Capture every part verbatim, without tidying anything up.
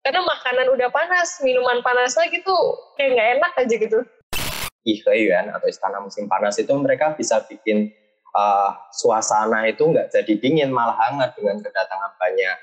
Karena makanan udah panas, minuman panas lagi tuh kayak nggak enak aja gitu. Iheyuan atau istana musim panas itu mereka bisa bikin uh, suasana itu nggak jadi dingin, malah hangat dengan kedatangan banyak.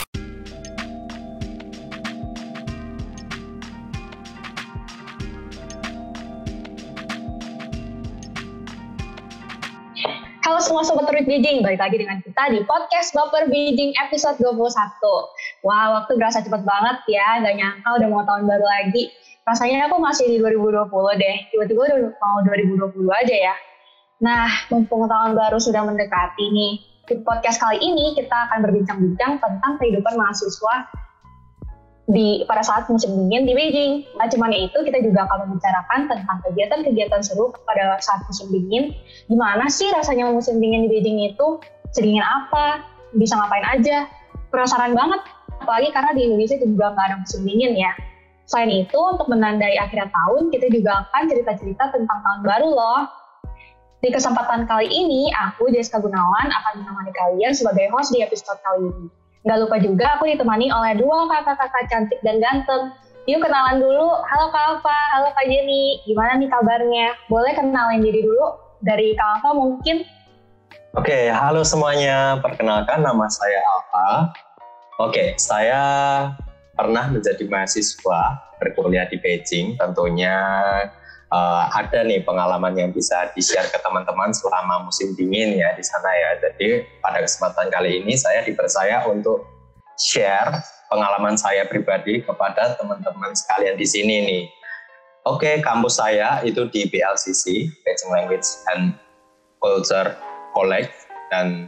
Halo semua Sobat Turis Beijing, balik lagi dengan kita di podcast Baper Beijing episode dua puluh satu. Wah, waktu berasa cepet banget ya, gak nyangka udah mau tahun baru lagi. Rasanya aku masih di dua ribu dua puluh deh, tiba-tiba udah mau dua ribu dua puluh aja ya. Nah, mumpung tahun baru sudah mendekati nih, di podcast kali ini kita akan berbincang-bincang tentang kehidupan mahasiswa di pada saat musim dingin di Beijing. Nah, cuman itu kita juga akan membicarakan tentang kegiatan-kegiatan seru pada saat musim dingin. Gimana sih rasanya musim dingin di Beijing itu? Sedingin apa? Bisa ngapain aja? Penasaran banget. Apalagi karena di Indonesia juga nggak ada musim dingin ya. Selain itu, untuk menandai akhir tahun, kita juga akan cerita-cerita tentang tahun baru loh. Di kesempatan kali ini, aku Jessica Gunawan akan menemani kalian sebagai host di episode kali ini. Gak lupa juga aku ditemani oleh dua kakak-kakak cantik dan ganteng. Yuk kenalan dulu. Halo Kak Alfa, halo Kak Jenny. Gimana nih kabarnya? Boleh kenalin diri dulu dari Kak Alfa mungkin? Oke, halo semuanya. Perkenalkan, nama saya Alfa. Oke, saya pernah menjadi mahasiswa berkuliah di Beijing. Tentunya uh, ada nih pengalaman yang bisa di-share ke teman-teman selama musim dingin ya di sana ya. Jadi pada kesempatan kali ini saya dipercaya untuk share pengalaman saya pribadi kepada teman-teman sekalian di sini nih. Oke, kampus saya itu di B L C C, Beijing Language and Culture College, dan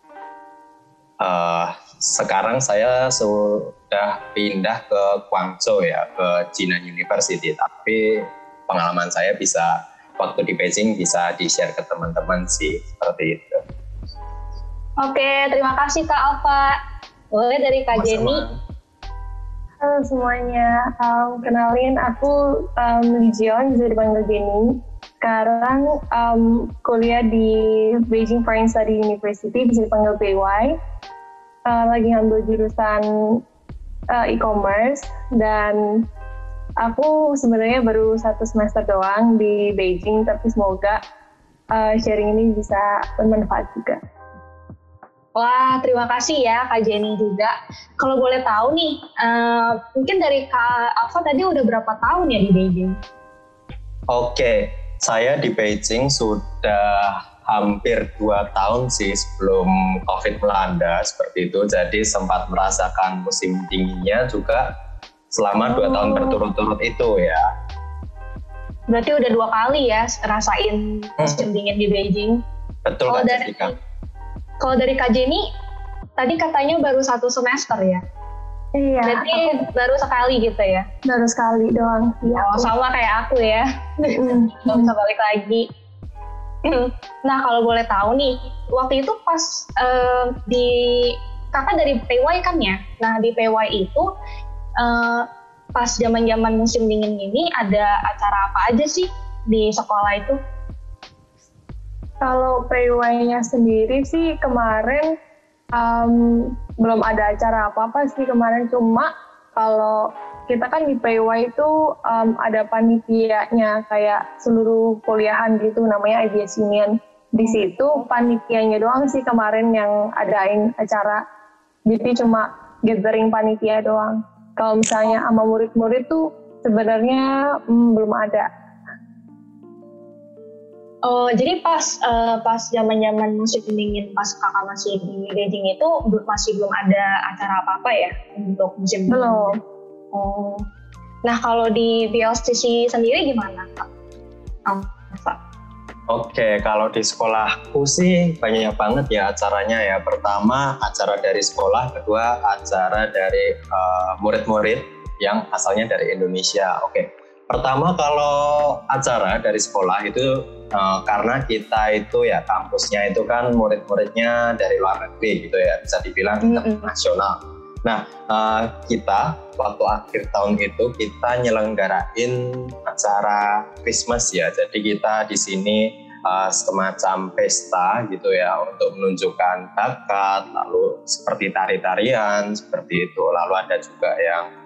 uh, sekarang saya sudah pindah ke Guangzhou ya, ke Jinan University. Tapi pengalaman saya bisa waktu di Beijing bisa di-share ke teman-teman sih, seperti itu. Oke, terima kasih Kak Alfa. Boleh dari Kak Jenny. Halo semuanya, um, kenalin aku um, Lee Jion, bisa dipanggil Jenny. Sekarang um, kuliah di Beijing Foreign Study University, bisa dipanggil B Y. Uh, lagi ngambil jurusan uh, e-commerce, dan aku sebenarnya baru satu semester doang di Beijing, tapi semoga uh, sharing ini bisa bermanfaat juga. Wah, terima kasih ya Kak Jenny juga. Kalau boleh tahu nih, uh, mungkin dari Kak Alfa tadi udah berapa tahun ya di Beijing? Oke, saya di Beijing sudah hampir dua tahun sih sebelum COVID melanda seperti itu. Jadi sempat merasakan musim dinginnya juga selama dua oh. tahun berturut-turut itu ya. Berarti udah dua kali ya rasain musim hmm. dingin di Beijing. Betul Kak Jessica. Kalau dari Kak Jenny, tadi katanya baru satu semester ya? Iya. Berarti aku, baru sekali gitu ya? Baru sekali doang. Ya, oh, sama kayak aku ya. Gak bisa balik lagi. Nah, kalau boleh tahu nih, waktu itu pas uh, di kakak dari P Y kan ya? Nah, di P Y itu uh, pas zaman-zaman musim dingin ini ada acara apa aja sih di sekolah itu? Kalau P Y-nya sendiri sih kemarin um, belum ada acara apa-apa sih kemarin, cuma kalau kita kan di P Y itu um, ada panitianya kayak seluruh kuliahan gitu, namanya I B S Union. Di situ panitianya doang sih kemarin yang adain acara, jadi cuma gathering panitia doang. Kalau misalnya sama murid-murid tuh sebenarnya hmm, belum ada. Oh, jadi pas uh, pas zaman-zaman musim dingin, pas kakak masih di Beijing itu masih belum ada acara apa-apa ya untuk musim dingin? Belum. Oh. Nah, kalau di B L C C sendiri gimana, Kak? Oh, Pak. Oke, kalau di sekolahku sih banyak banget ya acaranya ya. Pertama, acara dari sekolah, kedua acara dari uh, murid-murid yang asalnya dari Indonesia. Oke. Pertama, kalau acara dari sekolah itu uh, karena kita itu ya kampusnya itu kan murid-muridnya dari luar negeri gitu ya, bisa dibilang internasional. Nah, uh, kita waktu akhir tahun itu kita nyelenggarain acara Christmas ya. Jadi kita di sini uh, semacam pesta gitu ya untuk menunjukkan bakat, lalu seperti tari-tarian seperti itu. Lalu ada juga yang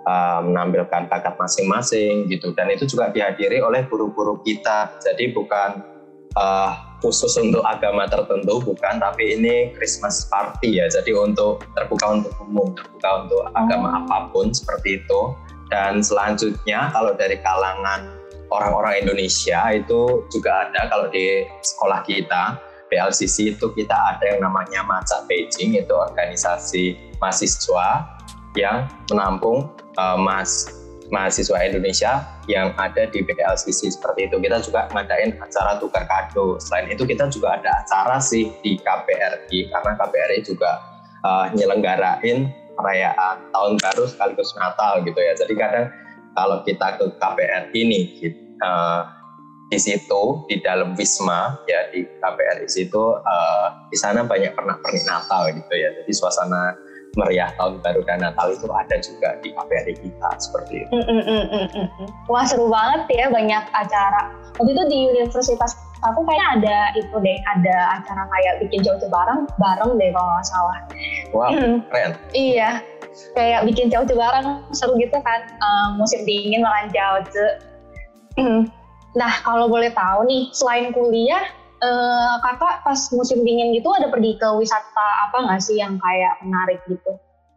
uh, menampilkan bakat masing-masing gitu, dan itu juga dihadiri oleh guru-guru kita. Jadi bukan uh, khusus untuk agama tertentu, bukan, tapi ini Christmas party ya, jadi untuk terbuka untuk umum, terbuka untuk agama apapun seperti itu. Dan selanjutnya kalau dari kalangan orang-orang Indonesia itu juga ada, kalau di sekolah kita B L C C itu kita ada yang namanya Macak Beijing, itu organisasi mahasiswa yang menampung uh, mas, mahasiswa Indonesia yang ada di B L C C seperti itu. Kita juga ngadain acara tukar kado. Selain itu kita juga ada acara sih di K P R I, karena K P R I juga uh, nyelenggarain perayaan tahun baru sekaligus Natal gitu ya. Jadi kadang kalau kita ke K P R I nih, uh, di situ di dalam Wisma ya, di K P R I situ uh, di sana banyak pernak-pernik Natal gitu ya. Jadi suasana meriah tahun baru dan Natal itu ada juga di K P R I kita seperti itu. Mm, mm, mm, mm, mm. Wah seru banget ya, banyak acara. Waktu itu di universitas aku kayaknya ada itu deh, ada acara kayak bikin jauh-jauh bareng, bareng deh kalau nggak salah. Wow, mm. keren. Iya, kayak bikin jauh-jauh bareng, seru gitu kan. Um, musim dingin makan jauh-jauh. Mm. Nah kalau boleh tahu nih, selain kuliah, Uh, kakak pas musim dingin gitu ada pergi ke wisata apa nggak sih yang kayak menarik gitu?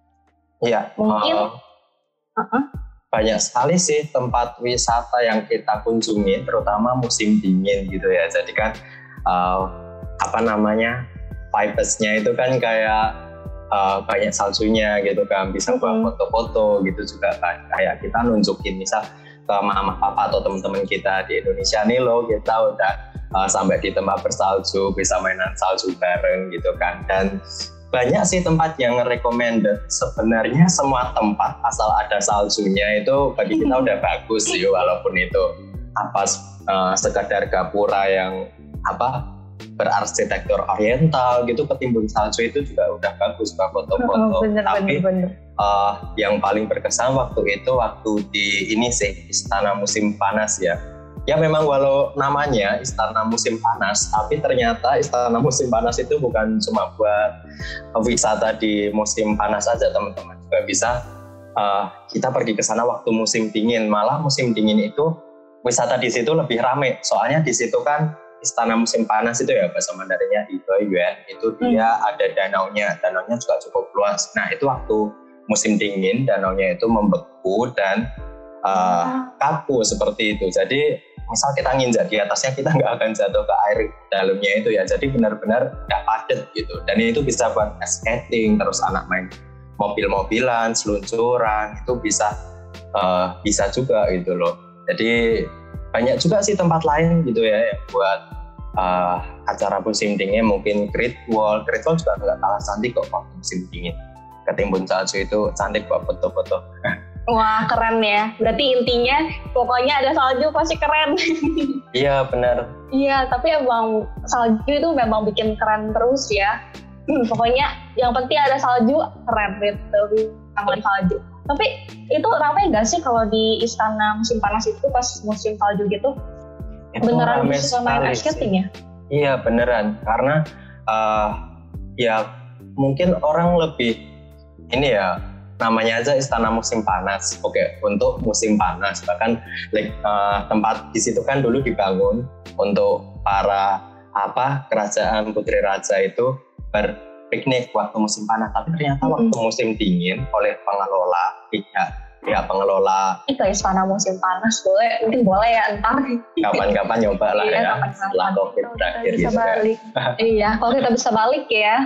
Iya, mungkin uh, uh-uh. banyak sekali sih tempat wisata yang kita kunjungi, terutama musim dingin gitu ya. Jadi kan uh, apa namanya, vibes-nya itu kan kayak uh, banyak saljunya gitu kan, bisa buat uh-huh. foto-foto gitu juga kan. Kayak kita nunjukin misal ke mama papa atau teman-teman kita di Indonesia nih loh, kita udah Uh, sampai di tempat bersalju, bisa mainan salju bareng gitu kan. Dan banyak sih tempat yang recommended. Sebenarnya semua tempat asal ada saljunya itu bagi kita udah bagus sih, walaupun itu apa uh, sekadar gapura yang apa berarsitektur oriental gitu, ketimbun salju itu juga udah bagus buat foto-foto. Oh, bener, Tapi bener, bener. Uh, yang paling berkesan waktu itu waktu di ini sih, Istana Musim Panas ya. Ya memang walau namanya Istana Musim Panas, tapi ternyata Istana Musim Panas itu bukan cuma buat wisata di musim panas saja, teman-teman. Juga bisa uh, kita pergi ke sana waktu musim dingin. Malah musim dingin itu wisata di situ lebih ramai. Soalnya di situ kan Istana Musim Panas itu ya bahasa Mandarinnya Yuan, itu dia hmm. ada danaunya. Danaunya juga cukup luas. Nah itu waktu musim dingin danaunya itu membeku dan uh, kaku seperti itu. Jadi misal kita nginjak di atasnya, kita nggak akan jatuh ke air dalamnya itu ya. Jadi benar-benar nggak padat gitu. Dan itu bisa buat skating, terus anak main mobil-mobilan, seluncuran, itu bisa uh, bisa juga gitu loh. Jadi banyak juga sih tempat lain gitu ya yang buat uh, acara musim dingin. Mungkin Great Wall, Great Wall juga nggak kalah cantik kok waktu musim dingin. Ketimbun salju itu cantik buat foto-foto. Wah keren ya, berarti intinya pokoknya ada salju pasti keren. Iya benar. Iya, tapi emang salju itu memang bikin keren terus ya. Hmm, pokoknya yang penting ada salju, keren gitu, kangen salju. Tapi itu ramai nggak sih kalau di Istana Musim Panas itu pas musim salju gitu? Itu beneran bisa main ice skating ya? Iya beneran, karena uh, ya mungkin orang lebih ini ya, namanya aja Istana Musim Panas. Oke, untuk musim panas. Bahkan like, uh, tempat di situ kan dulu dibangun untuk para apa kerajaan putri raja itu berpiknik waktu musim panas. Tapi ternyata mm-hmm. waktu musim dingin oleh pengelola pihak pihak pengelola itu Istana Musim Panas boleh, mungkin boleh ya entar. Kapan-kapan nyoba lah iya, ya setelah COVID berakhir gitu balik. Kan. Iya, kalau kita bisa balik ya.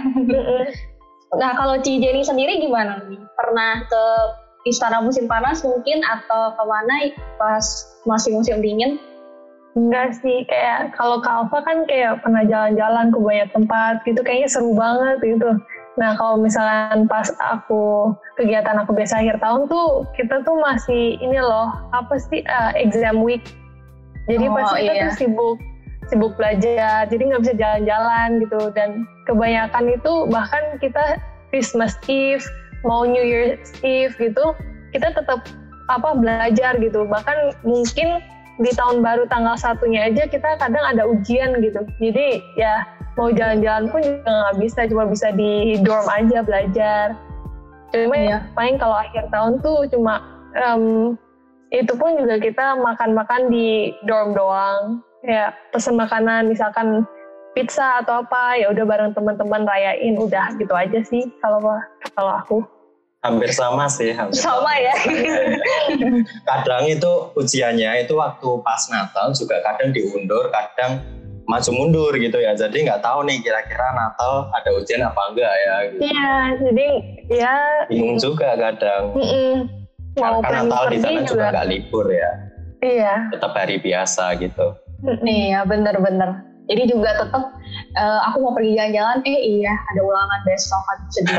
Nah, kalau Ci Jenny sendiri gimana nih? Pernah ke Istana Musim Panas mungkin atau kemana pas masih musim dingin? Enggak sih, kayak kalau ke Alfa kan kayak pernah jalan-jalan ke banyak tempat gitu, kayaknya seru banget gitu. Nah, kalau misalkan pas aku kegiatan aku biasa akhir tahun tuh, kita tuh masih ini loh, apa sih, uh, exam week. Jadi oh, pasti kita iya. tuh sibuk sibuk belajar, jadi nggak bisa jalan-jalan gitu. Dan kebanyakan itu bahkan kita Christmas Eve, mau New Year's Eve gitu, kita tetap apa belajar gitu. Bahkan mungkin di tahun baru tanggal satunya aja kita kadang ada ujian gitu. Jadi ya mau jalan-jalan pun juga nggak bisa, cuma bisa di dorm aja belajar. Cuma iya. paling kalau akhir tahun tuh cuma um, itu pun juga kita makan-makan di dorm doang, ya pesen makanan misalkan pizza atau apa, ya udah bareng teman-teman rayain, udah gitu aja sih kalau kalau aku. Hampir sama sih, hampir sama, sama ya. Kadang itu ujiannya itu waktu pas Natal juga kadang diundur, kadang maju mundur gitu ya. Jadi nggak tahu nih kira-kira Natal ada ujian apa enggak ya. Gitu. Iya, jadi ya. Bingung juga kadang. Mau karena Natal di sana juga nggak libur ya. Iya. Tetap hari biasa gitu. Iya, bener-bener. Jadi juga tetap uh, aku mau pergi jalan-jalan, eh iya ada ulangan besok kan sedih.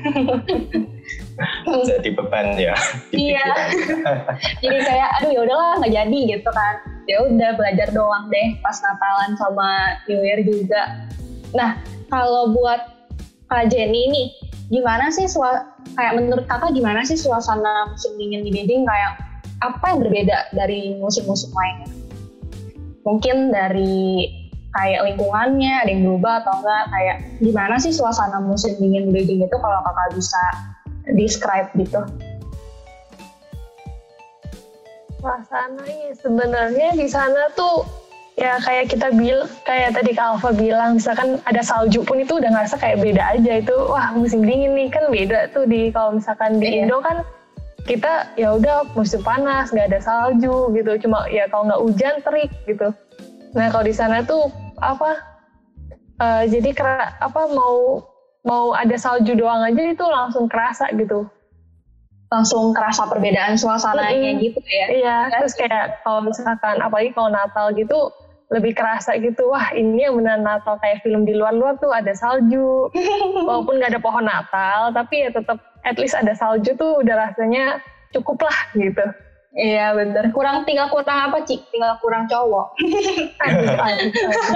Jadi beban ya. Iya. Jadi kayak aduh ya udahlah nggak jadi gitu kan. Ya udah belajar doang deh pas Natalan sama New Year juga. Nah kalau buat Kak Jenny nih, gimana sih sua- kayak menurut kakak gimana sih suasana musim dingin di Beijing, kayak apa yang berbeda dari musim-musim lainnya? Mungkin dari kayak lingkungannya ada yang berubah atau enggak, kayak gimana sih suasana musim dingin di Beijing itu kalau kakak bisa describe gitu? Suasananya sebenarnya di sana tuh ya kayak kita bil, kayak tadi Kak Alfa bilang, misalkan ada salju pun itu udah ngerasa kayak beda aja itu, wah musim dingin nih kan beda tuh di kalau misalkan di Indo kan kita ya udah musim panas nggak ada salju gitu, cuma ya kalau nggak hujan terik gitu. Nah kalau di sana tuh apa uh, jadi kera, apa mau mau ada salju doang aja itu langsung kerasa gitu, langsung kerasa perbedaan suasananya mm-hmm. gitu ya. Iya, terus kayak kalau misalkan apalagi kalau Natal gitu lebih kerasa gitu, wah ini yang benar Natal kayak film di luar-luar tuh ada salju. Walaupun nggak ada pohon Natal, tapi ya tetap at least ada salju tuh udah rasanya cukup lah gitu. Iya bener, kurang tinggal kurang apa Cik? Tinggal kurang cowok. aduh, aduh,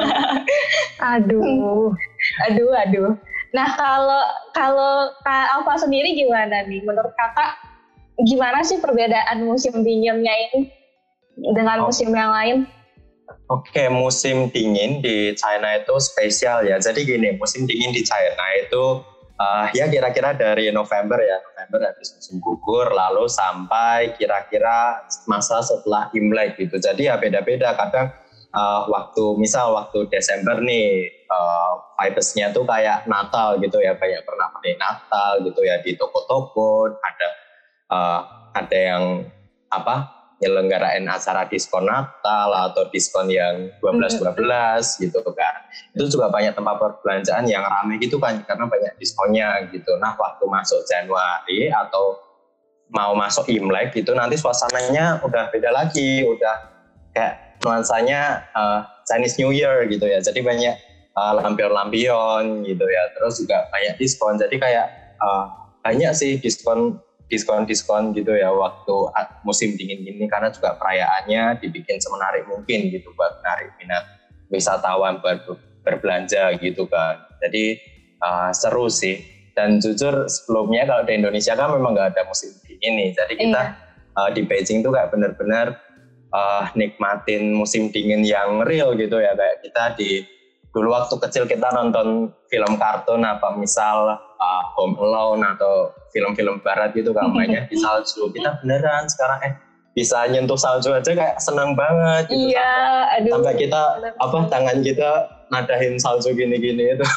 aduh, aduh, aduh, aduh. Nah kalau kalau Kak Alfa sendiri gimana nih? Menurut kakak gimana sih perbedaan musim dinginnya ini dengan oh. musim yang lain? Oke, musim dingin di China itu spesial ya. Jadi gini, musim dingin di China itu Uh, ya kira-kira dari November ya, November habis musim gugur, lalu sampai kira-kira masa setelah Imlek gitu. Jadi ya beda-beda. Kadang uh, waktu misal waktu Desember nih uh, vibes-nya tuh kayak Natal gitu ya, banyak pernak-pernik Natal gitu ya di toko-toko. Ada uh, ada yang apa? Nyelenggarain acara diskon Natal atau diskon yang dua belas dua belas gitu kan. Itu juga banyak tempat perbelanjaan yang ramai gitu kan karena banyak diskonnya gitu. Nah, waktu masuk Januari atau mau masuk Imlek gitu nanti suasananya udah beda lagi, udah kayak nuansanya uh, Chinese New Year gitu ya. Jadi banyak uh, lampion-lampion gitu ya. Terus juga banyak diskon. Jadi kayak uh, banyak sih diskon diskon-diskon gitu ya waktu musim dingin gini, karena juga perayaannya dibikin semenarik mungkin gitu buat menarik minat wisatawan buat berbelanja gitu kan. Jadi uh, seru sih. Dan jujur sebelumnya kalau di Indonesia kan memang nggak ada musim dingin nih. Jadi kita iya. uh, di Beijing tuh kayak benar-benar uh, nikmatin musim dingin yang real gitu ya. Kayak kita di dulu waktu kecil kita nonton film kartun apa misal uh, Home Alone atau film-film barat gitu kan mainnya di salju, kita beneran sekarang eh bisa nyentuh salju aja kayak senang banget gitu. Iya, sampai, aduh. Sampai kita apa tangan kita nadahin salju gini-gini itu.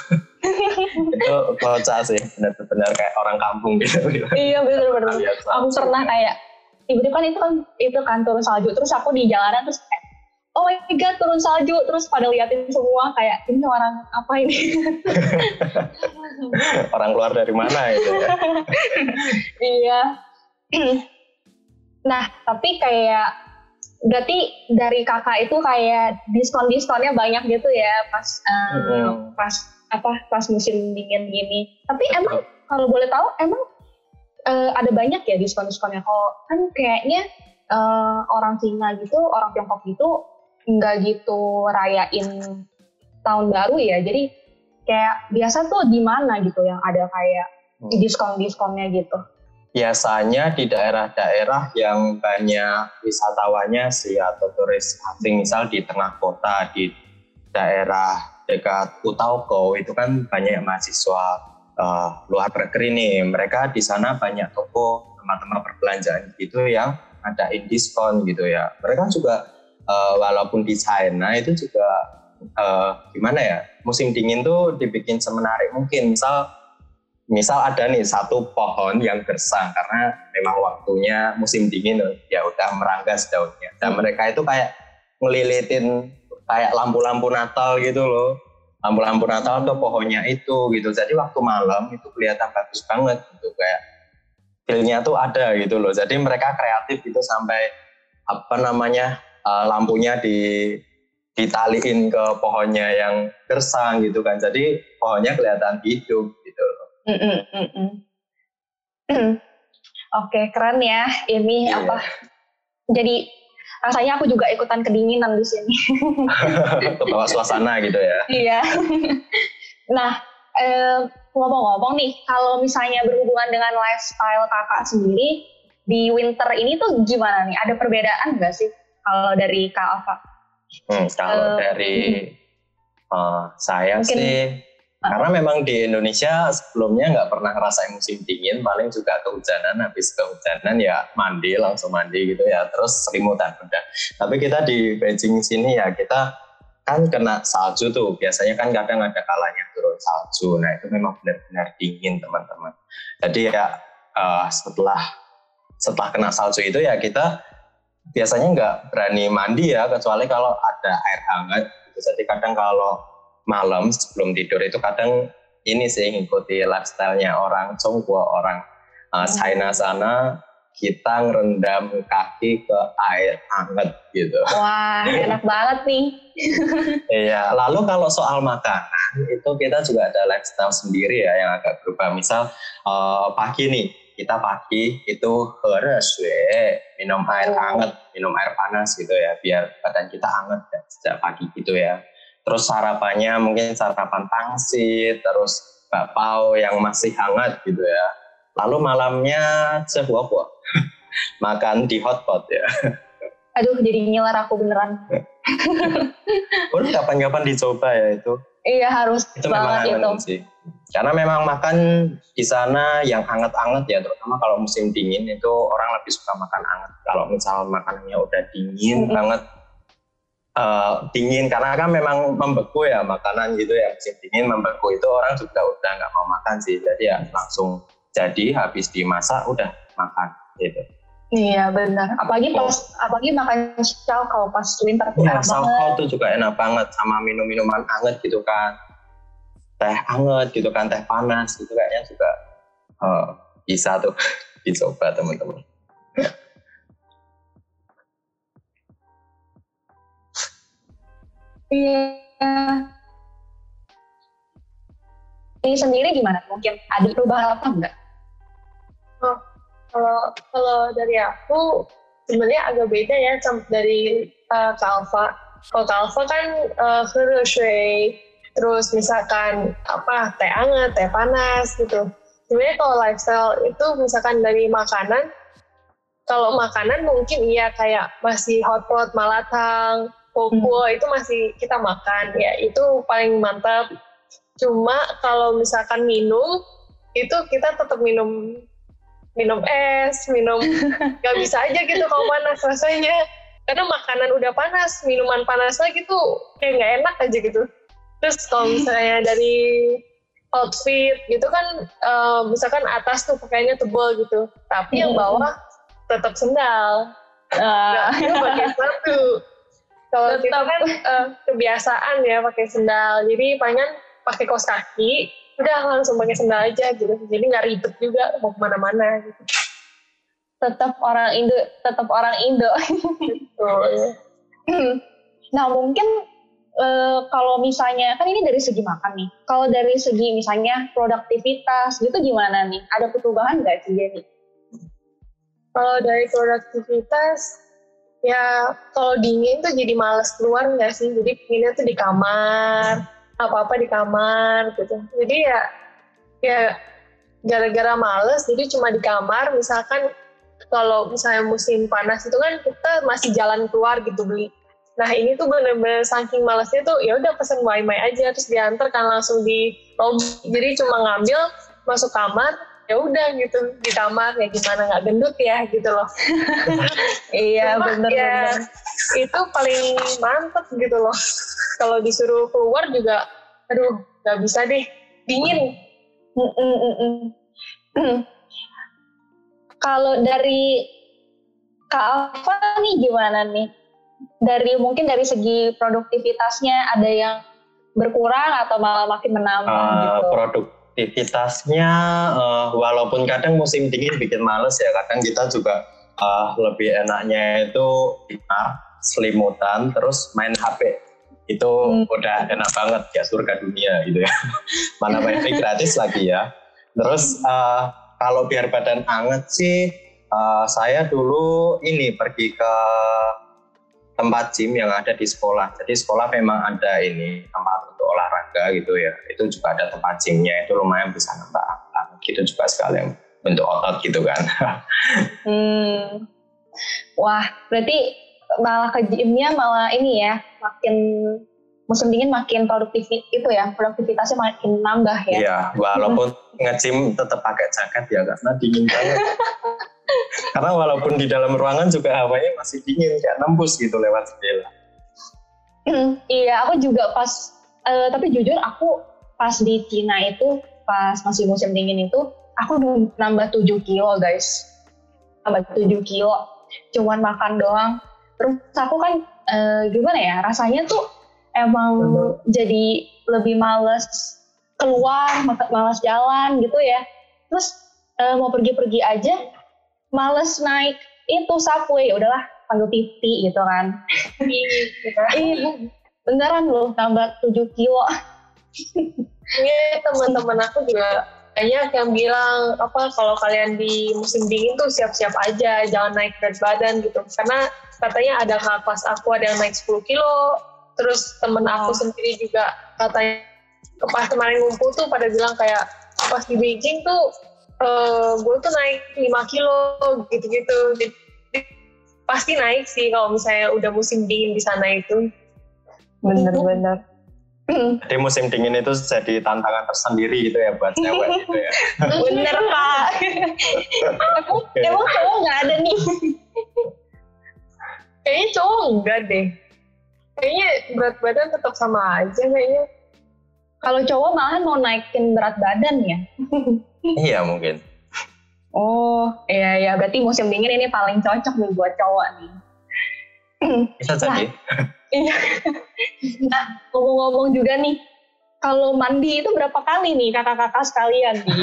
Itu kocak sih, benar-benar kayak orang kampung gitu. Iya benar-benar. Aku pernah kayak tiba-tiba kan itu kan itu kan turun salju, terus aku di jalanan terus kayak oh my god turun salju, terus pada liatin semua kayak ini orang apa ini? Orang luar dari mana itu ya? Iya. Nah tapi kayak berarti dari kakak itu kayak diskon-diskonnya banyak gitu ya pas um, mm-hmm. pas apa pas musim dingin gini. Tapi Betul. Emang kalau boleh tahu emang uh, ada banyak ya diskon-diskonnya? Kalau kan kayaknya uh, orang Cina gitu, orang Tiongkok gitu nggak gitu rayain tahun baru ya, jadi kayak biasa tuh di mana gitu yang ada kayak hmm. diskon-diskonnya gitu? Biasanya di daerah-daerah yang banyak wisatawannya sih atau turis asing, misal di tengah kota di daerah dekat Utaoko itu kan banyak mahasiswa uh, luar negeri nih, mereka di sana banyak toko tempat-tempat perbelanjaan gitu yang adain diskon gitu ya. Mereka juga uh, walaupun di China itu juga uh, gimana ya, musim dingin tuh dibikin semenarik mungkin. Misal misal ada nih satu pohon yang gersang karena memang waktunya musim dingin ya udah meranggas daunnya. Dan mereka itu kayak ngelilitin kayak lampu-lampu Natal gitu loh. Lampu-lampu Natal ke pohonnya itu gitu. Jadi waktu malam itu kelihatan bagus banget gitu, kayak feel-nya tuh ada gitu loh. Jadi mereka kreatif gitu sampai apa namanya uh, lampunya di ditaliin ke pohonnya yang gersang gitu kan. Jadi pohonnya kelihatan hidup gitu loh. Mm, mm, mm, mm. Oke, keren ya ini Iya. apa? Jadi rasanya aku juga ikutan kedinginan di sini. Kebawa suasana gitu ya. Iya. Nah, eh, ngomong-ngomong nih, kalau misalnya berhubungan dengan lifestyle kakak sendiri di winter ini tuh gimana nih? Ada perbedaan nggak sih kalau dari Kak Alfa? Hmm, kalau Uh, dari uh, saya Mungkin- sih, karena memang di Indonesia sebelumnya nggak pernah ngerasain musim dingin, paling juga kehujanan, habis kehujanan ya mandi, langsung mandi gitu ya, terus selimutan udah. Tapi kita di Beijing sini ya kita kan kena salju tuh, biasanya kan kadang ada kalanya turun salju, nah itu memang benar-benar dingin teman-teman. Jadi ya uh, setelah setelah kena salju itu ya kita biasanya nggak berani mandi ya, kecuali kalau ada air hangat gitu. Jadi kadang kalau malam sebelum tidur itu kadang ini sih ngikuti lifestyle-nya orang Chongguo, orang uh, China sana, kita ngerendam kaki ke air hangat gitu. Wah, enak banget nih. Iya, lalu kalau soal makanan itu kita juga ada lifestyle sendiri ya yang agak berubah. Misal uh, pagi nih, kita pagi itu heresue, minum air hangat, minum air panas gitu ya, biar badan kita hangat ya, sejak pagi gitu ya. Terus sarapannya mungkin sarapan pangsit, terus bakpao yang masih hangat gitu ya. Lalu malamnya sebuah-buah, makan di hotpot ya. Aduh, jadi ngiler aku beneran. Pun kapan-kapan dicoba ya itu. Iya, harus Itu memang banget itu. hangat sih. Karena memang makan di sana yang hangat-hangat ya, terutama kalau musim dingin itu orang lebih suka makan hangat. Kalau misal makanannya udah dingin mm-hmm. banget, uh, dingin karena kan memang membeku ya makanan gitu ya, musim dingin membeku itu orang juga udah nggak mau makan sih. Jadi ya langsung jadi habis dimasak udah makan gitu. Iya benar. Apalagi pas, oh. apalagi makan chow kalau pas winter tuh ya, enak banget. Chow tuh juga enak banget sama minum-minuman hangat gitu kan, teh hangat gitu kan, teh panas gitu kayaknya juga uh, bisa tuh dicoba teman-teman. Iya. Ini sendiri gimana? Mungkin ada perubahan apa enggak? Oh. Kalau kalau dari aku sebenarnya agak beda ya dari uh, Kak Alfa. Kalau Kak Alfa kan uh, hereshui, terus misalkan apa teh hangat, teh panas gitu. Sebenarnya kalau lifestyle itu misalkan dari makanan, kalau makanan mungkin iya kayak masih hotpot, malatang, pokuo hmm. itu masih kita makan ya, itu paling mantap. Cuma kalau misalkan minum itu kita tetap minum minum es, minum gak bisa aja gitu kalau panas rasanya, karena makanan udah panas, minuman panas lagi tuh kayak gak enak aja gitu. Terus kalau misalnya dari outfit gitu kan, uh, misalkan atas tuh pakainya tebal gitu, tapi yang bawah tetap sendal, uh. nggak pakai sepatu. Kalau kita kan uh, kebiasaan ya pakai sendal, jadi palingan pakai kaos kaki, udah langsung pakai sendal aja gitu, jadi nggak ribet juga mau kemana-mana gitu. Tetap orang Indo, tetap orang Indo. Betul. Ya. Nah mungkin e, kalau misalnya kan ini dari segi makan nih, kalau dari segi misalnya produktivitas gitu gimana nih? Ada perubahan nggak sih Jenny? Kalau dari produktivitas ya kalau dingin tuh jadi malas keluar nggak sih? Jadi pinginnya tuh di kamar. Apa-apa di kamar gitu. Jadi ya ya gara-gara males jadi cuma di kamar. Misalkan kalau misalnya musim panas itu kan kita masih jalan keluar gitu beli. Nah ini tuh bener-bener saking malesnya tuh ya udah pesen waimai aja terus diantar kan langsung di lobby. Jadi cuma ngambil masuk kamar ya udah gitu di kamar ya gimana nggak gendut ya gitu loh. Iya Cuma bener ya, bener. itu paling mantep gitu loh. Kalau disuruh keluar juga, aduh nggak bisa deh, dingin. Mm, mm, mm, mm. Mm. Kalau dari Kak Alfa nih gimana nih? Dari mungkin dari segi produktivitasnya ada yang berkurang atau malah makin menambah Uh, gitu? produktivitasnya uh, walaupun kadang musim dingin bikin males ya, kadang kita juga uh, lebih enaknya itu dinner, selimutan, terus main H P. Itu hmm. udah enak banget ya, surga dunia gitu ya. Mana wifi gratis lagi ya. Terus uh, kalau biar badan anget sih, uh, saya dulu ini pergi ke tempat gym yang ada di sekolah. Jadi sekolah memang ada ini tempat untuk olahraga gitu ya. Itu juga ada tempat gymnya, itu lumayan bisa nambah angkat. Gitu juga sekalian bentuk otot gitu kan. hmm. Wah, berarti malah ke gymnya malah ini ya, makin musim dingin makin produktif itu ya, produktivitasnya makin nambah ya. Iya, walaupun nge-gym tetap pakai jaket ya karena dingin banget. Karena walaupun di dalam ruangan juga hawanya masih dingin, kayak nembus gitu lewat jendela. Iya, aku juga pas, uh, tapi jujur aku pas di Cina itu, pas masih musim dingin itu, aku nambah tujuh kilo guys. Nambah tujuh kilo, cuman makan doang. Terus aku kan uh, gimana ya, rasanya tuh emang hmm. jadi lebih males keluar, males jalan gitu ya. Terus uh, mau pergi-pergi aja, males naik itu subway, ya udahlah panggil T V gitu kan. Iya, beneran loh tambah tujuh kilo. Ini teman-teman aku juga banyak yang bilang apa kalau kalian di musim dingin tuh siap-siap aja, jangan naik berat badan gitu. Karena katanya ada kakak kelas aku ada yang naik sepuluh kilo, terus temen oh. aku sendiri juga katanya pas kemarin ngumpul tuh pada bilang kayak pas di Beijing tuh uh, gue tuh naik lima kilo gitu-gitu. Jadi, pasti naik sih kalau misalnya udah musim dingin di sana itu. Bener-bener. Jadi musim dingin itu jadi tantangan tersendiri gitu ya buat cewek gitu ya. Bener Pak. Aku emang cowok nggak ada nih. Kayaknya cowok enggak deh. Kayaknya berat badan tetap sama aja kayaknya. Kalau cowok malahan mau naikin berat badan ya? Iya mungkin. Oh, iya ya berarti musim dingin ini paling cocok nih buat cowok nih. Bisa jadi. Iya. Nah, ngomong-ngomong juga nih, kalau mandi itu berapa kali nih kakak-kakak sekalian nih?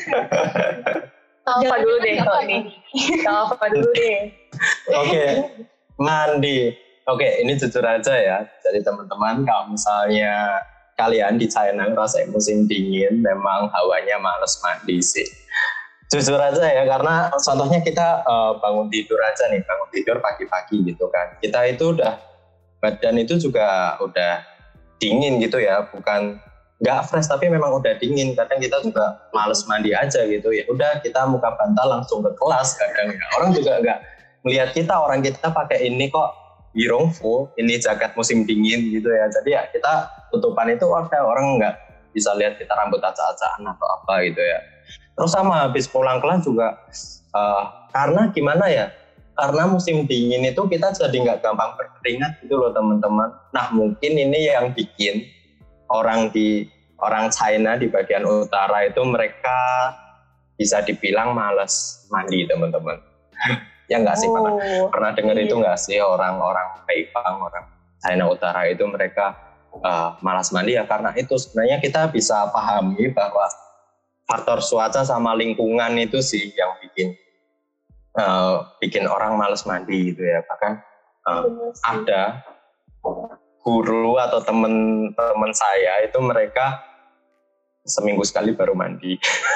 Apa dulu deh kalau nih? Apa dulu deh? Oke, mandi. Oke, ini jujur aja ya. Jadi teman-teman, kalau misalnya kalian di China ngerasain musim dingin, memang hawanya males mandi sih. Jujur aja ya, karena contohnya kita uh, bangun tidur aja nih, bangun tidur pagi-pagi gitu kan. Kita itu udah, badan itu juga udah dingin gitu ya, bukan nggak fresh tapi memang udah dingin. Kadang kita juga males mandi aja gitu ya. Udah kita muka bantal langsung ke kelas kadang ya. Orang juga nggak melihat kita, orang kita pakai ini kok Yirongfu, ini jaket musim dingin gitu ya. Jadi ya kita tutupan itu ada orang nggak bisa lihat kita rambut acak-acakan atau apa gitu ya. Terus sama habis pulang kelas juga uh, karena gimana ya? Karena musim dingin itu kita jadi nggak gampang berkeringat gitu loh teman-teman. Nah mungkin ini yang bikin orang di orang China di bagian utara itu mereka bisa dibilang malas mandi teman-teman. Ya nggak sih, oh, pernah pernah dengar iya. itu nggak sih orang-orang Peipang, orang China Utara itu mereka uh, malas mandi ya karena itu. Sebenarnya kita bisa pahami bahwa faktor cuaca sama lingkungan itu sih yang bikin uh, bikin orang malas mandi gitu ya. Bahkan uh, ada guru atau teman-teman saya itu mereka seminggu sekali baru mandi.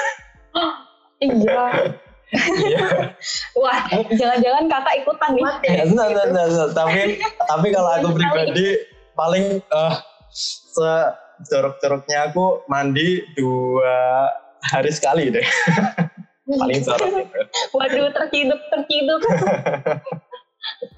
Iya. Iya. Wah, jangan-jangan kakak ikutan nih. Ya, nah, nah, nah, nah. Tapi tapi kalau aku pribadi paling uh, sejorok-joroknya aku mandi dua hari sekali deh. Paling jorok gitu. Waduh, terciduk terciduk.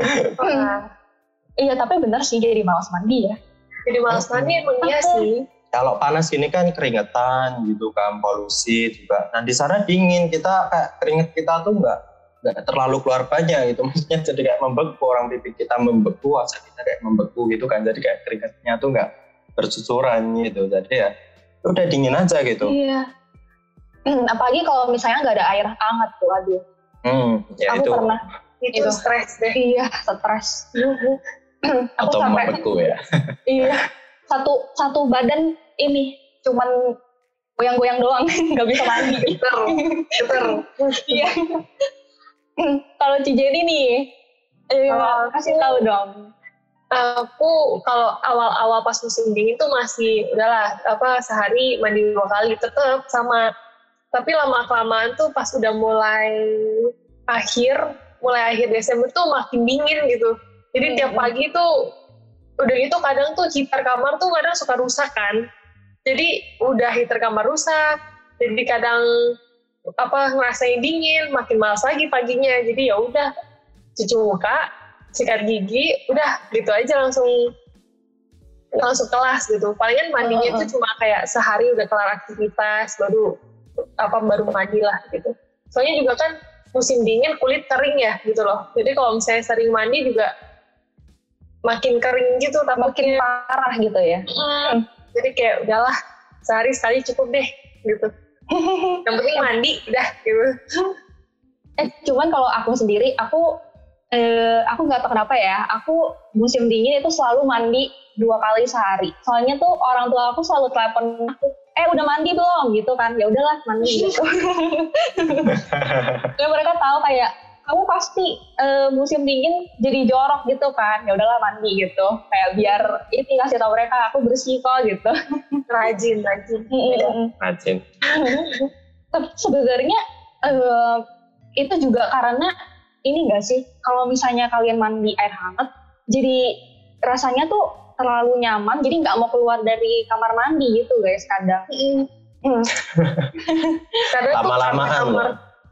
Iya, tapi benar sih jadi malas mandi ya. Jadi malas mandi emang iya sih. kalau panas gini kan keringetan gitu kan, polusi juga. Nah di sana dingin, kita kayak keringet kita tuh nggak nggak terlalu keluar banyak gitu, maksudnya jadi kayak membeku, orang pipi kita membeku, wajah kita kayak membeku gitu kan, jadi kayak keringetnya tuh nggak bercucuran gitu, jadi ya udah dingin aja gitu. Iya. Hmm, apalagi kalau misalnya nggak ada air hangat tuh, aduh. Hmm, ya aku itu. pernah itu, itu stres deh. Iya, stres. Aku atau sampai membeku ya. Iya, satu satu badan ini cuman goyang-goyang doang, nggak bisa mandi. Betul, betul. Iya. Kalau Cijeni nih, eh, Kalau kasih tahu dong. Aku kalau awal-awal pas musim dingin tuh masih udahlah apa sehari mandi dua kali tetap sama, tapi lama-kelamaan tuh pas udah mulai akhir mulai akhir Desember tuh makin dingin gitu. Jadi hmm. tiap pagi tuh udah gitu kadang tuh heater kamar tuh kadang suka rusak kan. Jadi udah heater kamar rusak, jadi kadang apa ngerasain dingin, makin malas lagi paginya. Jadi ya udah cuci muka, sikat gigi, udah gitu aja langsung langsung kelas gitu. Palingan mandinya itu uh, uh. cuma kayak sehari udah kelar aktivitas baru apa baru mandi lah gitu. Soalnya juga kan musim dingin kulit kering ya gitu loh. Jadi kalau misalnya sering mandi juga makin kering gitu, makin parah gitu ya. Hmm, jadi kayak udahlah sehari sekali cukup deh gitu. Yang penting mandi udah gitu. Eh cuman kalau aku sendiri aku Eh, aku nggak tahu kenapa ya, aku musim dingin itu selalu mandi dua kali sehari. Soalnya tuh orang tua aku selalu telepon aku, eh udah mandi belum gitu kan? Ya udahlah mandi gitu. Dan mereka tahu kayak kamu pasti eh, musim dingin jadi jorok gitu kan? Ya udahlah mandi gitu. Kayak biar ini kasih tahu mereka aku bersih kok gitu. Rajin, rajin, rajin. Tapi sebenarnya eh, itu juga karena ini enggak sih, kalau misalnya kalian mandi air hangat, jadi rasanya tuh terlalu nyaman, jadi nggak mau keluar dari kamar mandi gitu guys kadang. Mm. Lama-lamaan loh.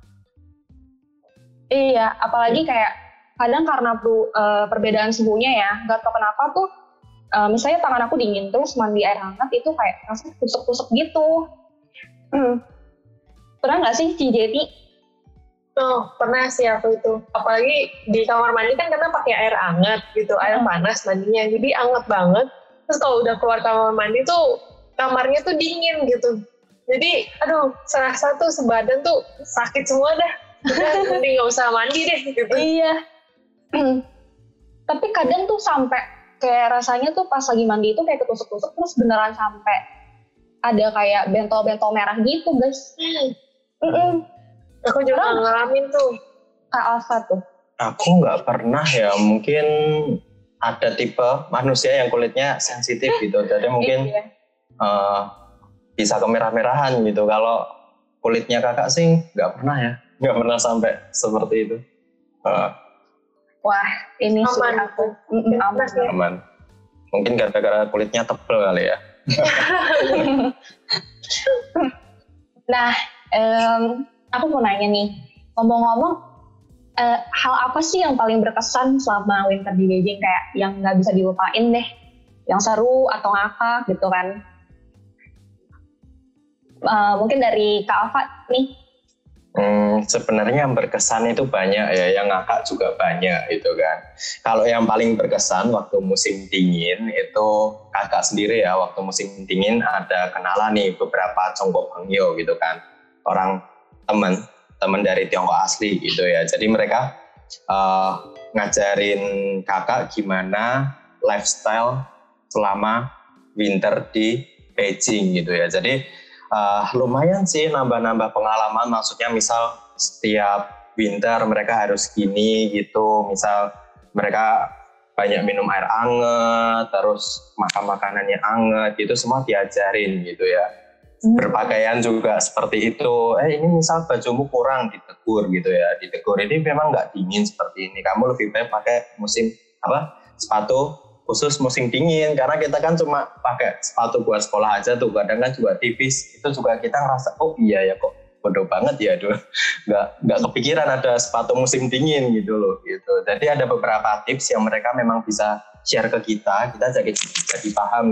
Iya, apalagi kayak kadang karena per, uh, perbedaan suhunya ya, nggak tahu kenapa tuh, uh, misalnya tangan aku dingin terus mandi air hangat itu kayak rasanya tusuk-tusuk gitu. Mm. Pernah nggak sih Cijeni? Oh, pernah sih aku itu. Apalagi di kamar mandi kan karena pakai air hangat gitu, air panas mandinya. Jadi hangat banget. Terus kalau udah keluar kamar mandi tuh kamarnya tuh dingin gitu. Jadi aduh, salah satu sebadan tuh sakit semua dah. Udah mending gak usah mandi deh gitu. Iya. Tapi kadang tuh sampai kayak rasanya tuh pas lagi mandi itu kayak ketusuk-tusuk terus beneran sampai ada kayak bentol-bentol merah gitu guys. Mm-mm. Aku juga oh. ngalamin tuh. Kak Alfa tuh. Aku nggak pernah ya, mungkin ada tipe manusia yang kulitnya sensitif gitu, jadi mungkin iya. uh, bisa kemerah-merahan gitu. Kalau kulitnya kakak sih nggak pernah ya, nggak pernah sampai seperti itu. Uh. Wah, ini sih aku aman. aman. Mungkin gara-gara kulitnya tebal kali ya. Nah, um, aku mau nanya nih, ngomong-ngomong, uh, hal apa sih yang paling berkesan selama winter di Beijing kayak yang nggak bisa dilupain deh, yang seru atau ngakak gitu kan? Uh, mungkin dari Kak Alfa nih. Hmm, sebenarnya yang berkesan itu banyak ya, yang ngakak juga banyak gitu kan. Kalau yang paling berkesan waktu musim dingin itu kakak sendiri ya, waktu musim dingin ada kenalan nih beberapa Conggok Bangyo gitu kan, orang teman teman dari Tiongkok asli gitu ya. Jadi mereka uh, ngajarin kakak gimana lifestyle selama winter di Beijing gitu ya. Jadi uh, lumayan sih nambah-nambah pengalaman. Maksudnya misal setiap winter mereka harus gini gitu. Misal mereka banyak minum air anget, terus makan makanannya anget gitu, semua diajarin gitu ya. Berpakaian juga seperti itu. Eh ini misal bajumu kurang, ditegur gitu ya. Ditegur ini memang nggak dingin seperti ini. Kamu lebih baik pakai musim apa sepatu khusus musim dingin. Karena kita kan cuma pakai sepatu buat sekolah aja tuh. Kadang kan juga tipis. Itu juga kita ngerasa oh iya ya kok bodoh banget ya tuh. Nggak nggak kepikiran ada sepatu musim dingin gitu loh. Gitu. Jadi ada beberapa tips yang mereka memang bisa share ke kita. Kita jadi jadi paham nih.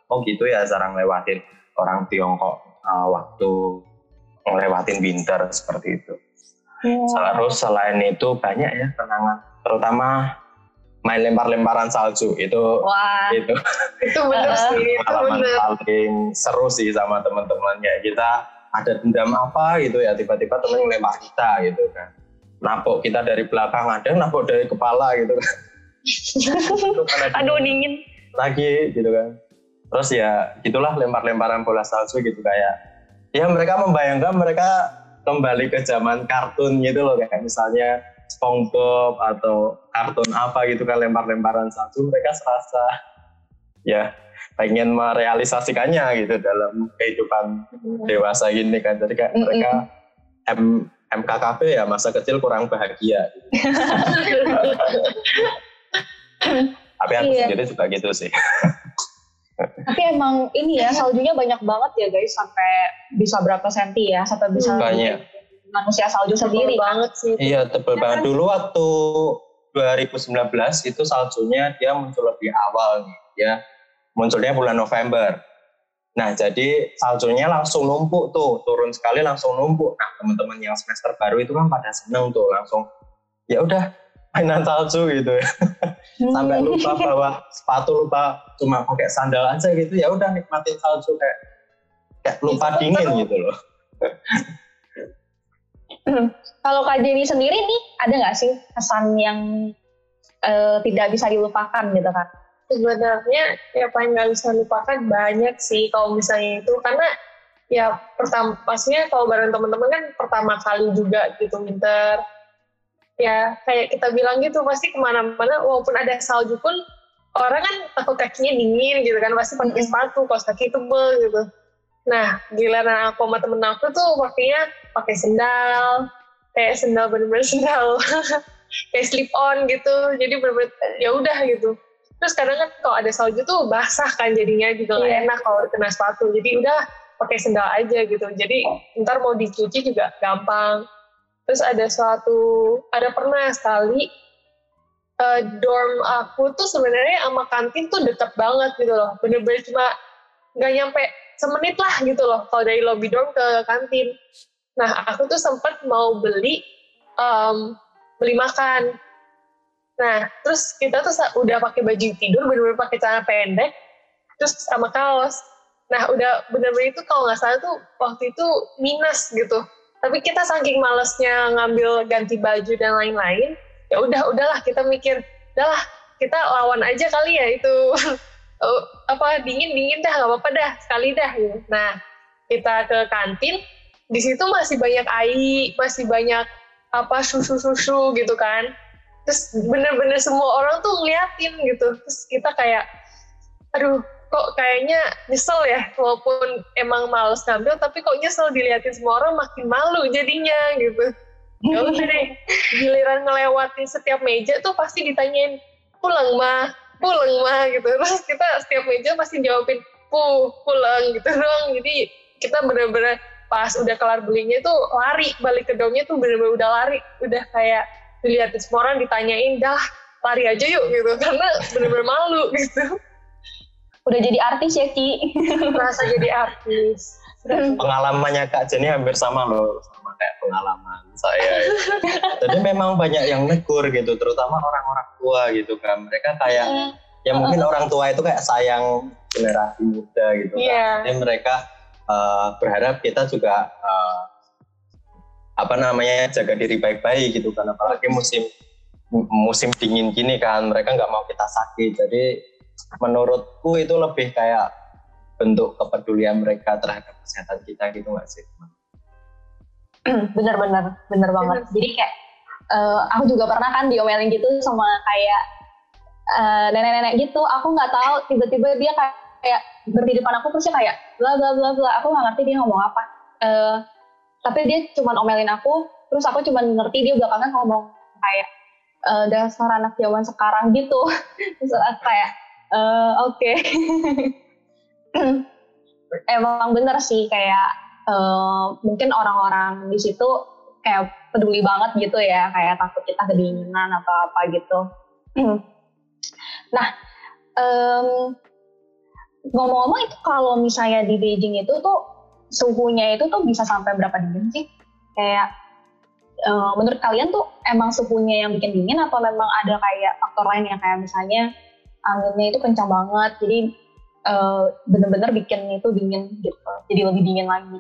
oh gitu ya cara ngelewatin orang Tiongkok uh, waktu ngelewatin winter seperti itu. Wow. Terus selain itu banyak ya kenangan, terutama main lempar-lemparan salju itu. Wah. itu itu benar sih, itu pengalaman bener. paling seru sih sama teman-teman. Ya kita ada dendam apa gitu ya, tiba-tiba temen ngelempar kita gitu kan, napuk kita dari belakang, ada napuk dari kepala gitu kan. Aduh dingin lagi gitu kan. Terus ya gitulah lempar-lemparan bola salju gitu, kayak ya mereka membayangkan mereka kembali ke zaman kartun gitu loh, kayak misalnya SpongeBob atau kartun apa gitu kan, lempar-lemparan salju, mereka serasa ya pengen merealisasikannya gitu dalam kehidupan mm. dewasa gini kan. Jadi kayak mm-mm. mereka M, M K K B ya, masa kecil kurang bahagia gitu. Tapi aku iya. sendiri juga gitu sih. Tapi emang ini ya, saljunya banyak banget ya guys, sampai bisa berapa senti ya, sampai bisa banyak. Manusia salju sendiri banget sih. Iya, tebal banget. Dulu waktu dua ribu sembilan belas itu saljunya dia muncul lebih awal nih. Ya, munculnya bulan November. Nah, jadi saljunya langsung numpuk tuh, turun sekali langsung numpuk. Nah, teman-teman yang semester baru itu kan pada seneng tuh, langsung ya udah mainan salju gitu ya. Sampai lupa bawa sepatu, lupa cuma pakai sandal aja gitu. Ya udah nikmatin salju kayak kayak lupa dingin gitu loh. Kalau Kak Jenny sendiri nih, ada nggak sih kesan yang uh, tidak bisa dilupakan gitu kan? Sebenarnya ya paling nggak bisa lupakan banyak sih kalau misalnya itu, karena ya pertama pastinya kalau bareng teman-teman kan pertama kali juga gitu winter. Ya kayak kita bilang gitu, pasti kemana-mana walaupun ada salju pun orang kan takut kakinya dingin gitu kan, pasti pakai mm-hmm. sepatu, kaos kaki tebel gitu. Nah, giliran aku sama temen aku tuh pakainya pakai sendal, kayak sendal bener-bener sendal, kayak slip on gitu. Jadi bener-bener ya udah gitu. Terus kadang kan kalau ada salju tuh basah kan jadinya juga nggak yeah. enak kalau kena sepatu. Jadi udah pakai sendal aja gitu. Jadi ntar mau dicuci juga gampang. Terus ada suatu, ada pernah sekali uh, dorm aku tuh sebenarnya sama kantin tuh deket banget gitu loh. Bener-bener cuma nggak nyampe semenit lah gitu loh kalau dari lobby dorm ke kantin. Nah aku tuh sempat mau beli um, beli makan. Nah terus kita tuh udah pakai baju tidur, bener-bener pakai celana pendek, terus sama kaos. Nah udah bener-bener itu kalau nggak salah tuh waktu itu minus gitu. Tapi kita saking malesnya ngambil ganti baju dan lain-lain, ya udah udahlah kita mikir, udahlah kita lawan aja kali ya itu. Oh, apa dingin dingin dah nggak apa-apa dah sekali dah gitu. Nah kita ke kantin, di situ masih banyak air, masih banyak apa susu-susu gitu kan. Terus bener-bener semua orang tuh ngeliatin gitu. Terus kita kayak aduh kok kayaknya nyesel ya, walaupun emang males ngambil tapi kok nyesel diliatin semua orang, makin malu jadinya gitu. Ya udah deh, giliran ngelewatin setiap meja tuh pasti ditanyain pulang mah pulang mah gitu. Terus kita setiap meja pasti jawabin puh pulang gitu doang. Jadi kita bener-bener pas udah kelar belinya tuh lari balik ke domnya tuh, bener-bener udah lari, udah kayak dilihatin semua orang, ditanyain dah lari aja yuk gitu, karena bener-bener malu gitu. Udah jadi artis ya Ki. Merasa jadi artis. Pengalamannya Kak Jenny hampir sama loh sama kayak pengalaman saya. Jadi memang banyak yang negur gitu, terutama orang-orang tua gitu kan. Mereka kayak mm. ya mungkin uh, orang tua itu kayak sayang generasi muda gitu kan. Yeah. Jadi mereka uh, berharap kita juga uh, apa namanya jaga diri baik-baik gitu kan. Apalagi musim musim dingin gini kan, mereka nggak mau kita sakit. Jadi menurutku itu lebih kayak bentuk kepedulian mereka terhadap kesehatan kita gitu nggak sih? Bener-bener, bener banget. Jadi kayak uh, aku juga pernah kan diomelin gitu sama kayak uh, nenek-nenek gitu. Aku nggak tahu, tiba-tiba dia kayak, kayak berdiri depan aku terusnya kayak bla bla bla bla. Aku nggak ngerti dia ngomong apa. Uh, tapi dia cuma omelin aku. Terus aku cuma ngerti dia belakangan ngomong kayak uh, dasar anak zaman sekarang gitu. Terus kayak uh, oke. Okay. Emang bener sih kayak uh, mungkin orang-orang di situ kayak peduli banget gitu ya, kayak takut kita kedinginan atau apa gitu. Nah, um, ngomong-ngomong itu kalau misalnya di Beijing itu tuh suhunya itu tuh bisa sampai berapa dingin sih? Kayak uh, menurut kalian tuh emang suhunya yang bikin dingin atau memang ada kayak faktor lain yang kayak misalnya anginnya itu kencang banget, jadi uh, benar-benar bikin itu dingin gitu, jadi lebih dingin lagi.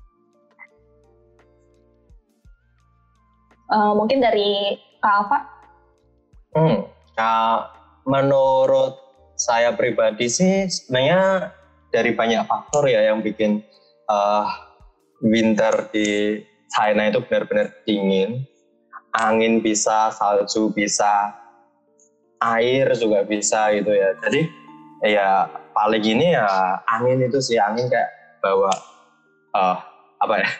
Uh, mungkin dari Kak Alfa? Hmm, nah, menurut saya pribadi sih sebenarnya dari banyak faktor ya yang bikin uh, winter di China itu benar-benar dingin. Angin bisa, salju bisa, air juga bisa gitu ya. Jadi ya paling gini ya angin itu sih, angin kayak bawa uh, apa ya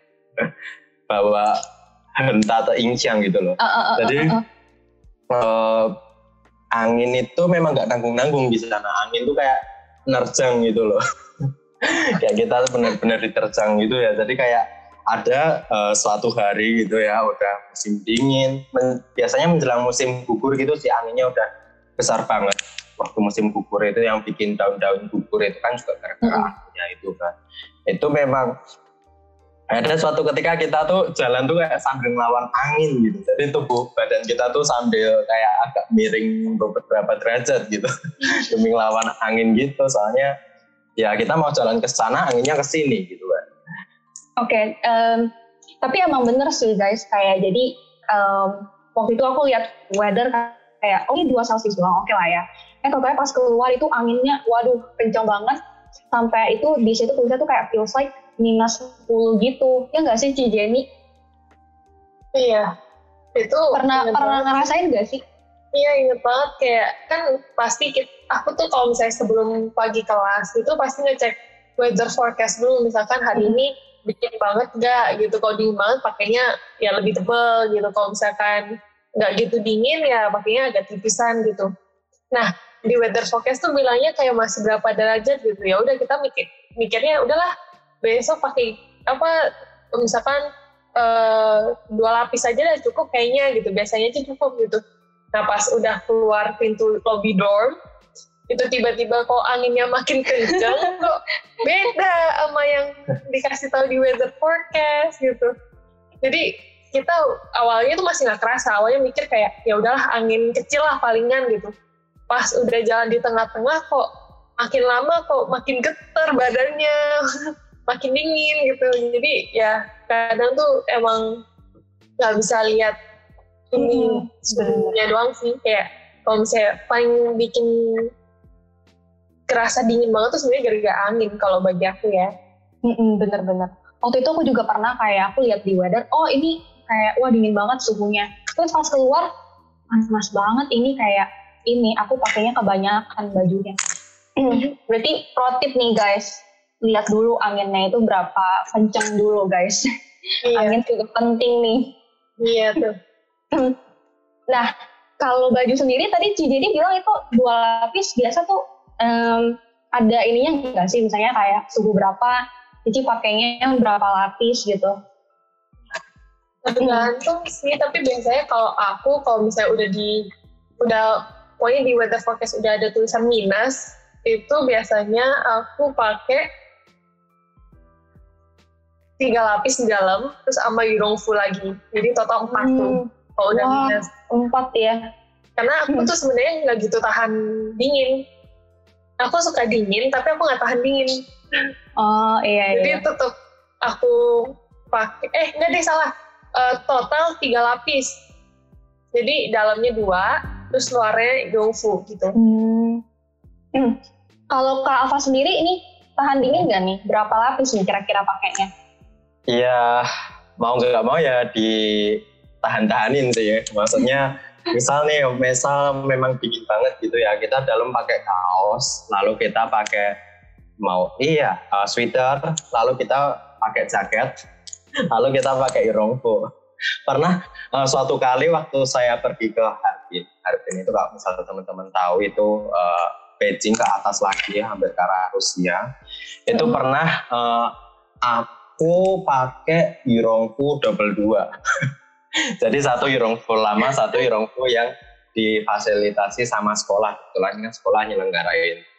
bawa henta atau inxiang gitu loh. Uh, uh, uh, Jadi uh, uh. Uh, angin itu memang nggak nanggung-nanggung di sana. Angin itu kayak nerjang gitu loh. Kayak kita benar-benar diterjang gitu ya. Jadi kayak ada uh, suatu hari gitu ya, udah musim dingin. Men- biasanya menjelang musim gugur gitu si anginnya udah besar banget. Waktu musim gugur itu yang bikin daun-daun gugur itu kan juga gara-gara anginnya itu kan. Itu memang ada suatu ketika kita tuh jalan tuh kayak sambil ngelawan angin gitu. Jadi tubuh badan kita tuh sambil kayak agak miring beberapa derajat gitu. Demi ngelawan angin gitu. Soalnya ya kita mau jalan ke sana, anginnya ke sini gitu kan. Oke, okay, um, tapi emang bener sih guys, kayak jadi um, waktu itu aku lihat weather kayak, oh ini dua Celsius doang, oke okay lah ya. Eh katanya pas keluar itu anginnya, waduh kencang banget, sampai itu di situ tulisnya tuh kayak feels like minus sepuluh gitu, ya nggak sih Ci Jenny? Iya, itu pernah pernah banget. Ngerasain nggak sih? Iya inget banget, kayak kan pasti kita, aku tuh kalau misalnya sebelum pagi kelas itu pasti ngecek weather forecast dulu, misalkan hari hmm. ini dingin banget nggak gitu, kalau dingin banget pakainya ya lebih tebal gitu, kalau misalkan nggak gitu dingin ya pakainya agak tipisan gitu. Nah di weather forecast tuh bilangnya kayak masih berapa derajat gitu, ya udah kita mikir mikirnya udahlah besok pakai apa misalkan uh, dua lapis aja udah cukup kayaknya gitu, biasanya aja cukup gitu. Nah pas udah keluar pintu lobby dorm itu tiba-tiba kok anginnya makin kencang, kok beda sama yang dikasih tahu di weather forecast gitu. Jadi kita awalnya tuh masih nggak kerasa, awalnya mikir kayak ya udahlah angin kecil lah palingan gitu. Pas udah jalan di tengah-tengah kok makin lama kok makin getar badannya, makin dingin gitu. Jadi ya kadang tuh emang nggak bisa lihat ini hmm, sebenarnya doang sih, kayak kalau misalnya paling bikin kerasa dingin banget tuh sebenarnya gara-gara angin kalau bagi aku ya. Mm-mm, bener-bener. Waktu itu aku juga pernah kayak aku lihat di weather, oh ini kayak wah dingin banget suhunya. Terus pas keluar panas banget, ini kayak ini aku pakainya kebanyakan bajunya. Berarti pro tip nih guys, lihat dulu anginnya itu berapa kenceng dulu guys. Iya. Angin juga penting nih. Iya tuh. Nah kalau baju sendiri tadi Ci Jenny bilang itu dua lapis, biasa tuh Um, ada ininya nggak sih, misalnya kayak suhu berapa Cici pakainya berapa lapis gitu? Tergantung sih, tapi biasanya kalau aku kalau misalnya udah di udah pokoknya di weather forecast udah ada tulisan minus, itu biasanya aku pakai tiga lapis di dalam terus sama yurongfu lagi, jadi total empat hmm. tuh kalau udah Wah, minus. Empat ya? Karena aku hmm. tuh sebenarnya nggak gitu tahan dingin. Aku suka dingin, tapi aku nggak tahan dingin. Oh iya. Jadi iya. tetap aku pakai. Eh nggak deh salah. Uh, total tiga lapis. Jadi dalamnya dua, terus luarnya yongfu gitu. Hmm. Hmm. Kalau Kak Alfa sendiri ini tahan dingin nggak nih? Berapa lapis nih kira-kira pakainya? Iya, mau nggak mau ya ditahan-tahanin sih ya. Maksudnya. Misal nih, misal memang dingin banget gitu ya, kita dalam pakai kaos, lalu kita pakai mau iya uh, sweater, lalu kita pakai jaket, lalu kita pakai yurongfu. Pernah uh, suatu kali waktu saya pergi ke Harbin, Harbin itu kalau misalnya teman-teman tahu itu uh, Beijing ke atas lagi, hampir ke arah Rusia. Itu hmm. pernah uh, aku pakai yurongfu double dua. Jadi satu yurongfu lama, satu yurongfu yang difasilitasi sama sekolah. Kebetulan kan sekolah nyelenggarain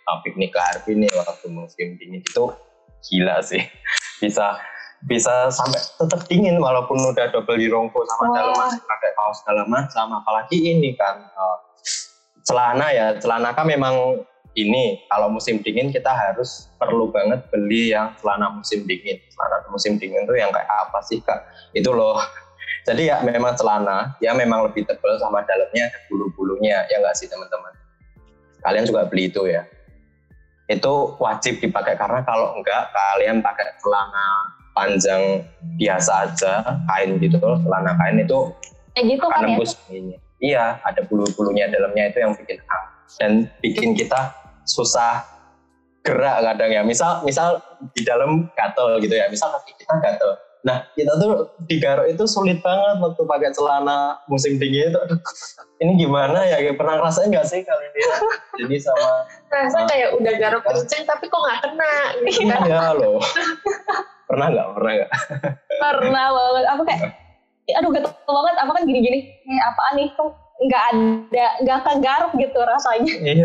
uh, piknik ke Arvin nih waktu musim dingin itu gila sih. Bisa bisa sampai tetap dingin walaupun udah double dirongko sama dalam masih pakai kaos segala macam. Apalagi ini kan uh, celana ya, celana kan memang ini kalau musim dingin kita harus perlu banget beli yang celana musim dingin. Celana musim dingin tuh yang kayak apa sih Kak? Itu loh. Jadi ya memang celana, ya memang lebih tebal sama dalamnya ada bulu-bulunya, ya nggak sih teman-teman? Kalian juga beli itu ya? Itu wajib dipakai karena kalau enggak kalian pakai celana panjang biasa aja, kain gitu, celana kain itu eh gitu akan kan nembus ya? ini. Iya, ada bulu-bulunya dalamnya itu yang bikin hang dan bikin kita susah gerak kadang ya. Misal misal di dalam gatel gitu ya. Misal kaki kita gatel. Nah, kita tuh di garuk itu sulit banget waktu pakai celana musim dingin itu. Aduh, ini gimana ya? Pernah ngerasain nggak sih kalian dia? Jadi sama rasa uh, kayak udah garuk kenceng tapi kok nggak kena gitu kan? Iya loh. Pernah nggak? Pernah nggak? Pernah banget. Aku kayak, aduh gatel banget. Aku kan gini-gini. Kayak apaan nih? Kok nggak ada, nggak kegaruk gitu rasanya. Iya.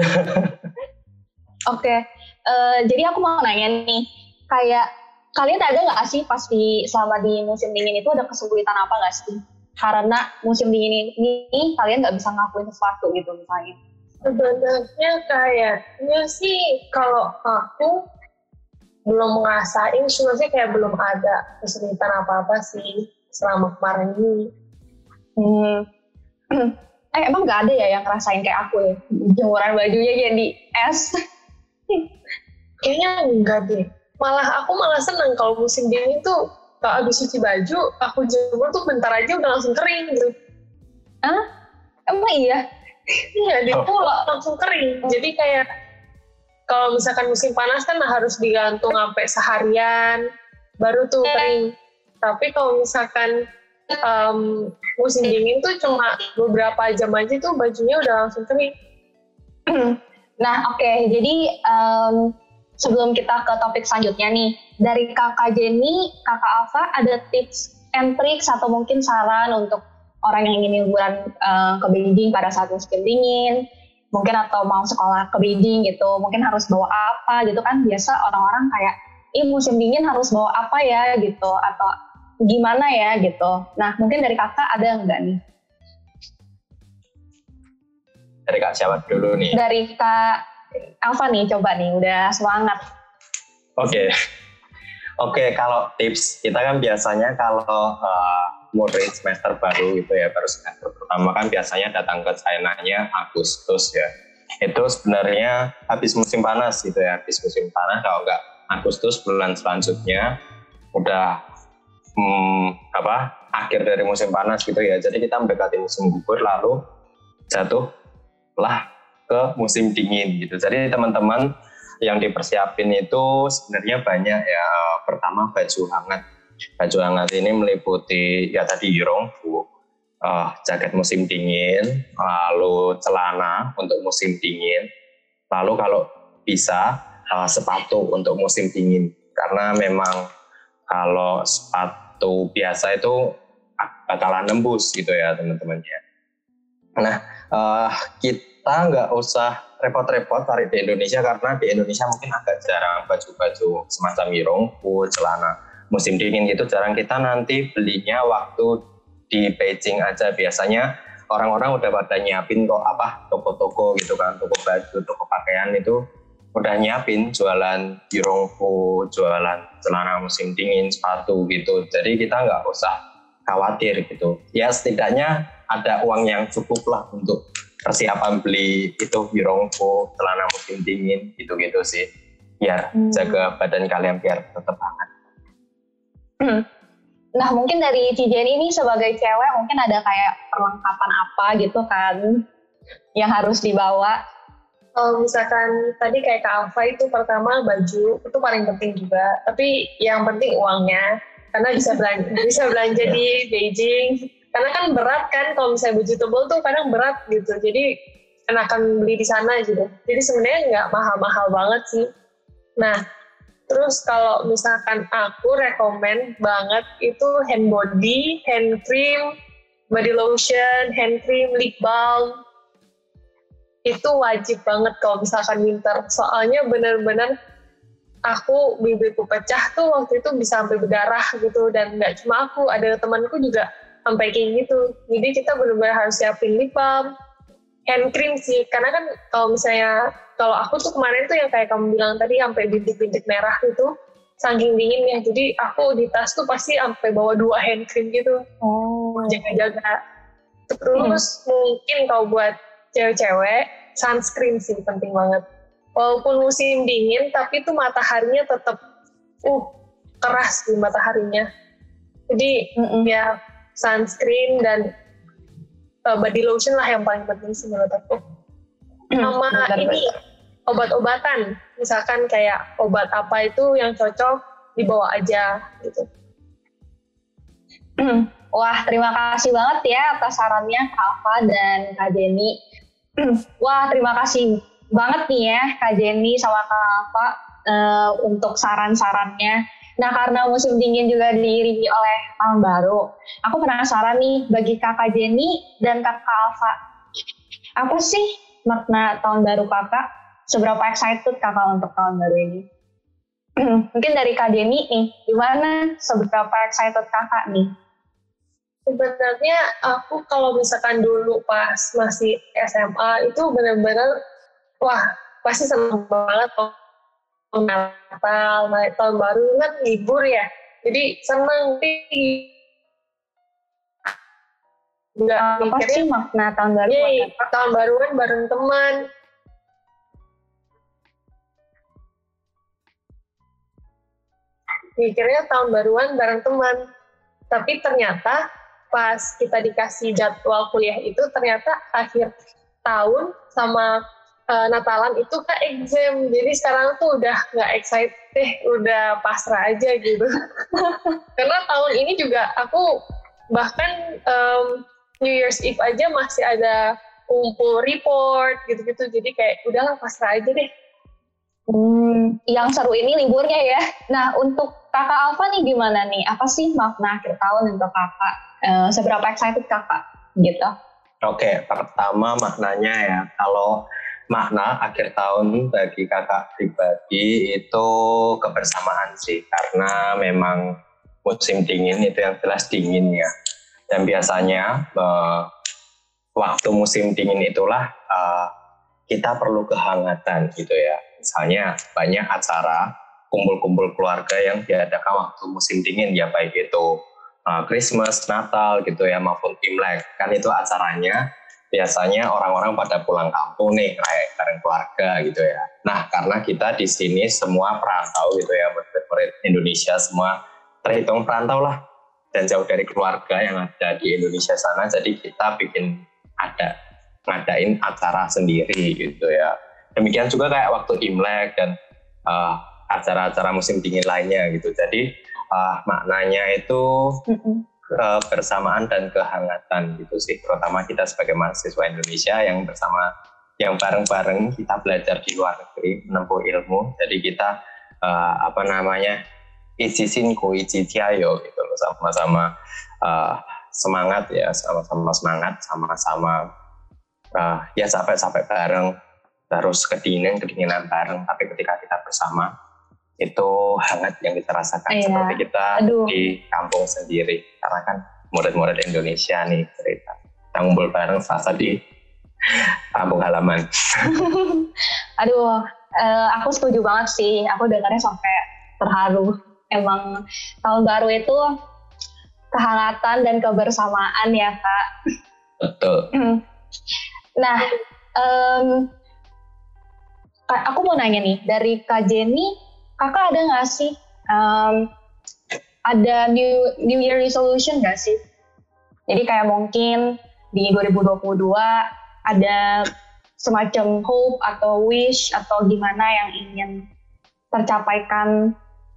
Oke, okay. uh, jadi aku mau nanya nih, kayak kalian ada nggak sih pas di selama di musim dingin itu ada kesulitan apa nggak sih? Karena musim dingin ini kalian nggak bisa ngelakuin sesuatu gitu misalnya. Sebenarnya kayaknya sih kalau aku belum ngerasain, sebenarnya kayak belum ada kesulitan apa-apa sih selama kemarin ini. Hmm. Eh emang nggak ada ya yang ngerasain kayak aku ya, jemuran bajunya jadi es? Kayaknya enggak deh. Malah aku malah seneng kalau musim dingin tuh kalau habis cuci baju, aku jemur tuh bentar aja udah langsung kering gitu. Hah? Emang iya? Iya, dia tuh langsung kering. Jadi kayak kalau misalkan musim panas kan harus digantung sampai seharian, baru tuh kering. Tapi kalau misalkan um, musim dingin tuh cuma beberapa jam aja tuh bajunya udah langsung kering. Nah oke, okay. Jadi um, sebelum kita ke topik selanjutnya nih, dari kakak Jenny, kakak Alfa ada tips and tricks atau mungkin saran untuk orang yang ingin liburan uh, ke Beijing pada saat musim dingin, mungkin atau mau sekolah ke Beijing gitu, mungkin harus bawa apa gitu kan? Biasa orang-orang kayak, ih musim dingin harus bawa apa ya gitu, atau gimana ya gitu. Nah mungkin dari kakak ada nggak nih? Dari Kak siapa dulu nih? Dari Kak Alfa nih, coba nih, udah semangat. Oke, okay. Oke okay, kalau tips, kita kan biasanya kalau uh, murid semester baru gitu ya, baru semester pertama kan biasanya datang ke China-nya Agustus ya. Itu sebenarnya habis musim panas gitu ya, habis musim panas kalau nggak Agustus bulan selanjutnya udah hmm, apa akhir dari musim panas gitu ya. Jadi kita mendekati musim gugur lalu jatuh lah ke musim dingin gitu. Jadi teman-teman yang dipersiapin itu sebenarnya banyak ya. Pertama baju hangat. Baju hangat ini meliputi ya tadi yurongfu, uh, jaket musim dingin, lalu celana untuk musim dingin, lalu kalau bisa uh, sepatu untuk musim dingin. Karena memang kalau sepatu biasa itu bakalan nembus gitu ya teman-teman ya. Nah, uh, kita nggak usah repot-repot cari di Indonesia karena di Indonesia mungkin agak jarang baju-baju semacam yurongfu, celana musim dingin gitu jarang. Kita nanti belinya waktu di Beijing aja. Biasanya orang-orang udah pada nyiapin kok apa toko-toko gitu kan, toko baju, toko pakaian itu udah nyiapin jualan yurongfu, jualan celana musim dingin, sepatu gitu. Jadi kita nggak usah khawatir gitu. Ya setidaknya ada uang yang cukup lah untuk persiapan beli itu yurongfu, celana musim dingin gitu-gitu sih. Biar hmm. jaga badan kalian biar tetap hangat. Hmm. Nah mungkin dari Ci Jenny ini sebagai cewek mungkin ada kayak perlengkapan apa gitu kan yang harus dibawa? Kalau misalkan tadi kayak Kak Alfa itu pertama baju itu paling penting juga, tapi yang penting uangnya karena bisa belanja bisa belanja di Beijing. Karena kan berat kan kalau misalnya baju tebal tuh kadang berat gitu, jadi enakan beli di sana gitu. Jadi sebenarnya nggak mahal-mahal banget sih. Nah terus kalau misalkan aku rekomen banget itu hand body, hand cream, body lotion, hand cream, lip balm. itu wajib banget kalau misalkan winter. Soalnya benar-benar aku bibirku pecah tuh waktu itu bisa sampai berdarah gitu, dan nggak cuma aku, ada temanku juga sampai kayak gitu. Jadi kita benar-benar harus siapin lip balm, hand cream sih, karena kan kalau misalnya kalau aku tuh kemarin tuh yang kayak kamu bilang tadi sampai bintik-bintik merah gitu, saking dinginnya. Jadi aku di tas tuh pasti sampai bawa dua hand cream gitu, Oh. jaga-jaga. Terus hmm. mungkin kalau buat cewek-cewek, sunscreen sih penting banget. Walaupun musim dingin, tapi tuh mataharinya tetap uh keras di mataharinya. Jadi mm-mm. ya sunscreen dan uh, body lotion lah yang paling penting sih menurut aku. Sama mm, ini obat-obatan, misalkan kayak obat apa itu yang cocok dibawa aja gitu. Wah, terima kasih banget ya atas sarannya Kak Alfa dan Kak Jenny. Wah, terima kasih banget nih ya Kak Jenny sama Kak Alfa uh, untuk saran-sarannya. Nah, karena musim dingin juga diiringi oleh tahun baru, aku penasaran nih bagi Kakak Jenny dan Kakak Alfa, apa sih makna tahun baru Kakak? Seberapa excited Kakak untuk tahun baru ini? Mungkin dari Kak Jenny nih, gimana? Seberapa excited Kakak nih? Sebenarnya aku kalau misalkan dulu pas masih S M A itu benar-benar wah pasti senang banget kalau Natal, tahun baru kan libur ya, jadi senang sih. Nggak apa sih makna tahun baru? Yeay, tahun baru kan bareng teman. Mikirnya tahun baruan bareng teman, tapi ternyata pas kita dikasih jadwal kuliah itu ternyata akhir tahun sama uh, Natalan itu ke exam. Jadi sekarang tuh udah nggak excited deh, udah pasrah aja gitu. Karena tahun ini juga aku bahkan um, New Year's Eve aja masih ada kumpul report gitu-gitu. Jadi kayak udahlah pasrah aja deh. Hmm, yang seru ini liburnya ya. Nah, untuk Kakak Alfa nih gimana nih? Apa sih makna akhir tahun untuk Kakak? Uh, seberapa excited Kakak gitu? Oke, pertama maknanya ya, kalau makna akhir tahun bagi Kakak pribadi itu kebersamaan sih, karena memang musim dingin itu yang jelas dingin ya. Dan biasanya uh, waktu musim dingin itulah uh, kita perlu kehangatan gitu ya. Misalnya banyak acara kumpul-kumpul keluarga yang diadakan waktu musim dingin ya, baik itu uh, Christmas, Natal gitu ya, maupun Imlek. Kan itu acaranya biasanya orang-orang pada pulang kampung nih kayak bareng keluarga gitu ya. Nah, karena kita di sini semua perantau gitu ya, murid-murid Indonesia semua terhitung perantau lah dan jauh dari keluarga yang ada di Indonesia sana, jadi kita bikin ada ngadain acara sendiri gitu ya. Demikian juga kayak waktu Imlek dan uh, acara-acara musim dingin lainnya gitu. Jadi uh, maknanya itu uh, bersamaan dan kehangatan gitu sih. Terutama kita sebagai mahasiswa Indonesia yang bersama, yang bareng-bareng kita belajar di luar negeri, menempuh ilmu. Jadi kita uh, apa namanya ijisinku, ijitiayo gitu loh, sama-sama uh, semangat ya, sama-sama semangat, sama-sama uh, ya sampai-sampai bareng. Terus kedinginan, kedinginan bareng, tapi ketika kita bersama itu hangat yang kita rasakan. Iya. Seperti kita Aduh. Di kampung sendiri, karena kan murid-murid Indonesia nih cerita kita ngumpul bareng selasa di kampung halaman. Aduh, uh, aku setuju banget sih, aku dengarnya sampai terharu. Emang tahun baru itu kehangatan dan kebersamaan ya Kak. Betul. Nah, um, aku mau nanya nih, dari Kak Jenny, Kakak ada nggak sih um, ada new New Year resolution nggak sih? Jadi kayak mungkin di dua ribu dua puluh dua ada semacam hope atau wish atau gimana yang ingin tercapaikan?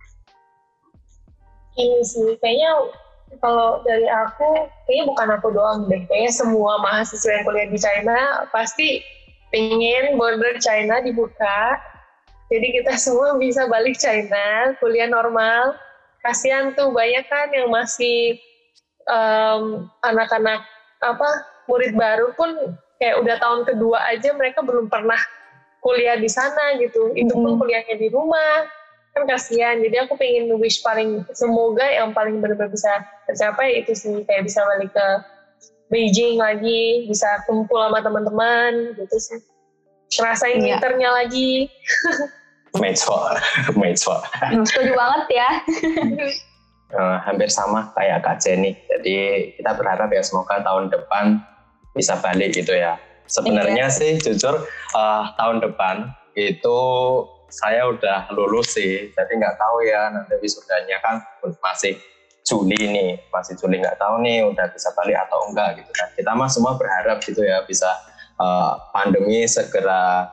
Ini sih kayaknya kalau dari aku, kayaknya bukan aku doang deh, kayaknya semua mahasiswa yang kuliah di China pasti pengen border China dibuka, jadi kita semua bisa balik China, kuliah normal. Kasihan tuh banyak kan yang masih um, anak-anak apa murid baru pun kayak udah tahun kedua aja mereka belum pernah kuliah di sana gitu. Itu pun kuliahnya di rumah. Kan kasihan. Jadi aku pengen wish paling, semoga yang paling benar-benar bisa tercapai itu sih, kayak bisa balik ke Beijing lagi, bisa kumpul sama teman-teman gitu sih. Ngerasain Iya. winternya lagi. Medswa, Medswa. Setuju banget ya. Uh, hampir sama kayak Kak Jenny. Jadi kita berharap ya semoga tahun depan bisa balik gitu ya. Sebenarnya iya. sih jujur uh, tahun depan itu saya udah lulus sih. Jadi nggak tahu ya nanti wisudanya kan masih Juli nih, masih Juli nggak tahu nih udah bisa balik atau enggak gitu kan. Kita mah semua berharap gitu ya bisa uh, pandemi segera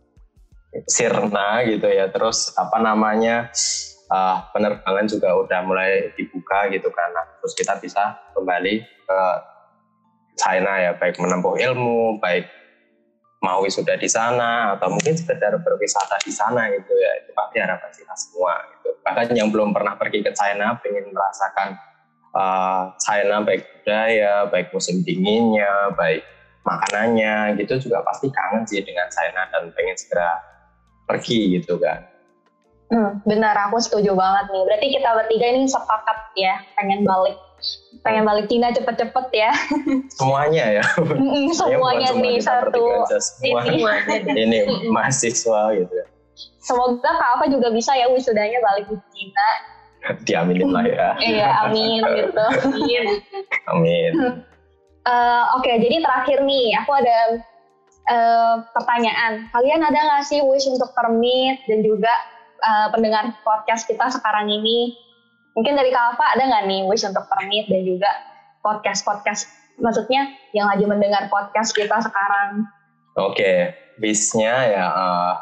sirna gitu ya. Terus apa namanya uh, penerbangan juga udah mulai dibuka gitu kan. Nah, terus kita bisa kembali ke China ya, baik menempuh ilmu, baik mau wisuda di sana atau mungkin sekedar berwisata di sana gitu ya. Itu pasti harapan kita semua gitu. Bahkan yang belum pernah pergi ke China pengen merasakan uh, China baik budaya, baik musim dinginnya, baik makanannya gitu juga pasti kangen sih dengan China dan pengen segera pergi gitu kan. Hmm, benar, aku setuju banget nih. Berarti kita bertiga ini sepakat ya, pengen balik, pengen balik Cina cepet-cepet ya. Semuanya ya. Semuanya nih satu. Semua ini, ini mahasiswa gitu ya. Semoga Kak Alfa juga bisa ya wisudanya balik ke Cina. Diaminin lah ya. Iya, amin gitu. Amin. Amin. Uh, Oke, okay, jadi terakhir nih, aku ada uh, pertanyaan. Kalian ada nggak sih wish untuk permit dan juga Uh, pendengar podcast kita sekarang ini? Mungkin dari Kak Alfa ada nggak nih wish untuk permit dan juga podcast-podcast, maksudnya yang lagi mendengar podcast kita sekarang? Oke, okay. Wishnya ya uh,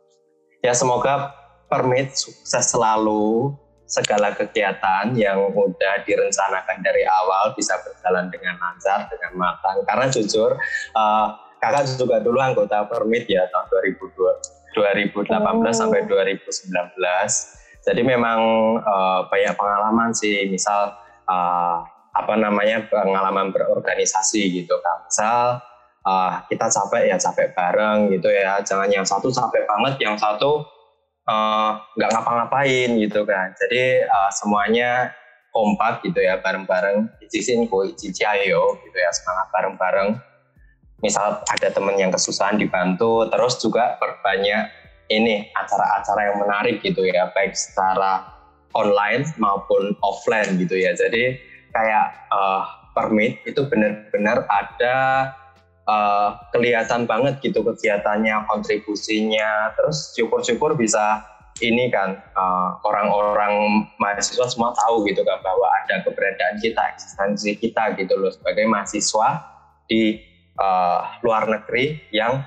ya semoga permit sukses selalu, segala kegiatan yang udah direncanakan dari awal bisa berjalan dengan lancar, dengan matang. Karena jujur uh, kakak juga dulu anggota permit ya tahun dua ribu delapan belas oh. sampai dua ribu sembilan belas. Jadi memang uh, banyak pengalaman sih, misal uh, apa namanya pengalaman berorganisasi gitu kan. Misal uh, kita capek ya capek bareng gitu ya. Jangan yang satu capek banget, yang satu nggak uh, ngapa-ngapain gitu kan. Jadi uh, semuanya kompak gitu ya, bareng-bareng. Ijisin ko ijiji ayo gitu ya, semangat bareng-bareng. Misal ada teman yang kesusahan dibantu, terus juga berbanyak ini acara-acara yang menarik gitu ya, baik secara online maupun offline gitu ya. Jadi kayak uh, permit itu benar-benar ada uh, kelihatan banget gitu kegiatannya, kontribusinya, terus syukur-syukur bisa ini kan uh, orang-orang mahasiswa semua tahu gitu kan bahwa ada keberadaan kita, eksistensi kita gitu loh sebagai mahasiswa di Uh, luar negeri yang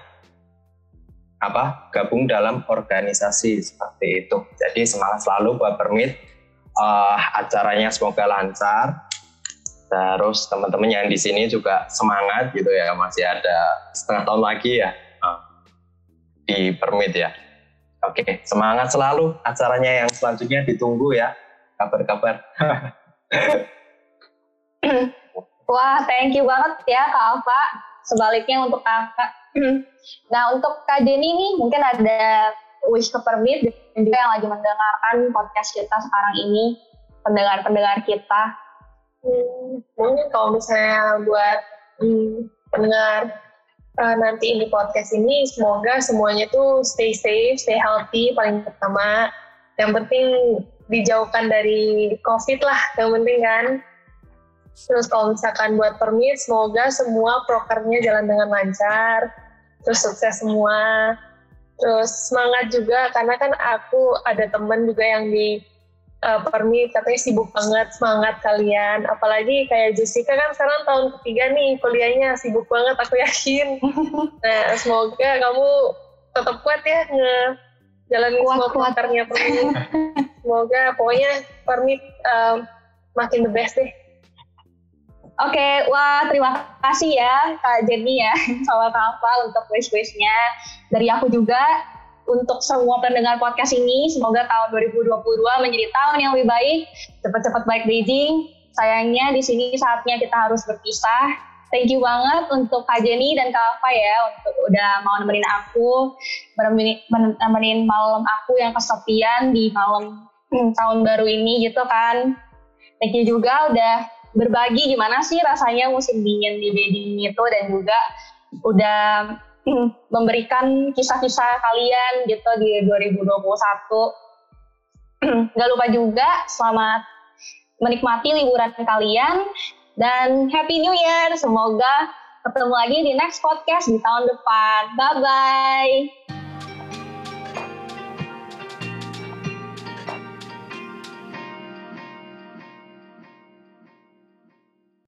apa gabung dalam organisasi seperti itu. Jadi semangat selalu buat permit, uh, acaranya semoga lancar. Terus teman-teman yang di sini juga semangat gitu ya, masih ada setengah tahun lagi ya uh, di permit ya. Oke, semangat selalu, acaranya yang selanjutnya ditunggu ya, kabar-kabar. Wah, thank you banget ya Kak Alfa. Sebaliknya untuk kakak. Nah, untuk Kak Jenny nih, mungkin ada wish ke permit dan juga yang lagi mendengarkan podcast kita sekarang ini, pendengar-pendengar kita. Hmm, mungkin kalau misalnya buat hmm, pendengar uh, nanti ini podcast ini, semoga semuanya tuh stay safe, stay healthy paling pertama. Yang penting dijauhkan dari COVID lah, yang penting kan. Terus kalau misalkan buat permit, semoga semua prokernya jalan dengan lancar, terus sukses semua. Terus semangat juga, karena kan aku ada teman juga yang di uh, permit, katanya sibuk banget, semangat kalian. Apalagi kayak Jessica kan sekarang tahun ketiga nih, kuliahnya sibuk banget aku yakin. Nah, semoga kamu tetap kuat ya, ngejalanin semua prokernya permit. Semoga pokoknya permit uh, makin the best deh. Oke, okay, wah terima kasih ya Kak Jenny ya sama Kak Alfa untuk wish-wishnya. Dari aku juga untuk semua pendengar podcast ini, semoga tahun dua ribu dua puluh dua menjadi tahun yang lebih baik, cepat-cepat balik Beijing. Sayangnya di sini saatnya kita harus berpisah. thank you banget untuk Kak Jenny dan Kak Alfa ya untuk udah mau nemenin aku, nemenin, nemenin malam aku yang kesepian di malam hmm, tahun baru ini gitu kan. Thank you juga udah berbagi gimana sih rasanya musim dingin di Beijing itu dan juga udah hmm, memberikan kisah-kisah kalian gitu di dua ribu dua puluh satu. Gak lupa juga selamat menikmati liburan kalian dan Happy New Year. Semoga ketemu lagi di next podcast di tahun depan. Bye-bye.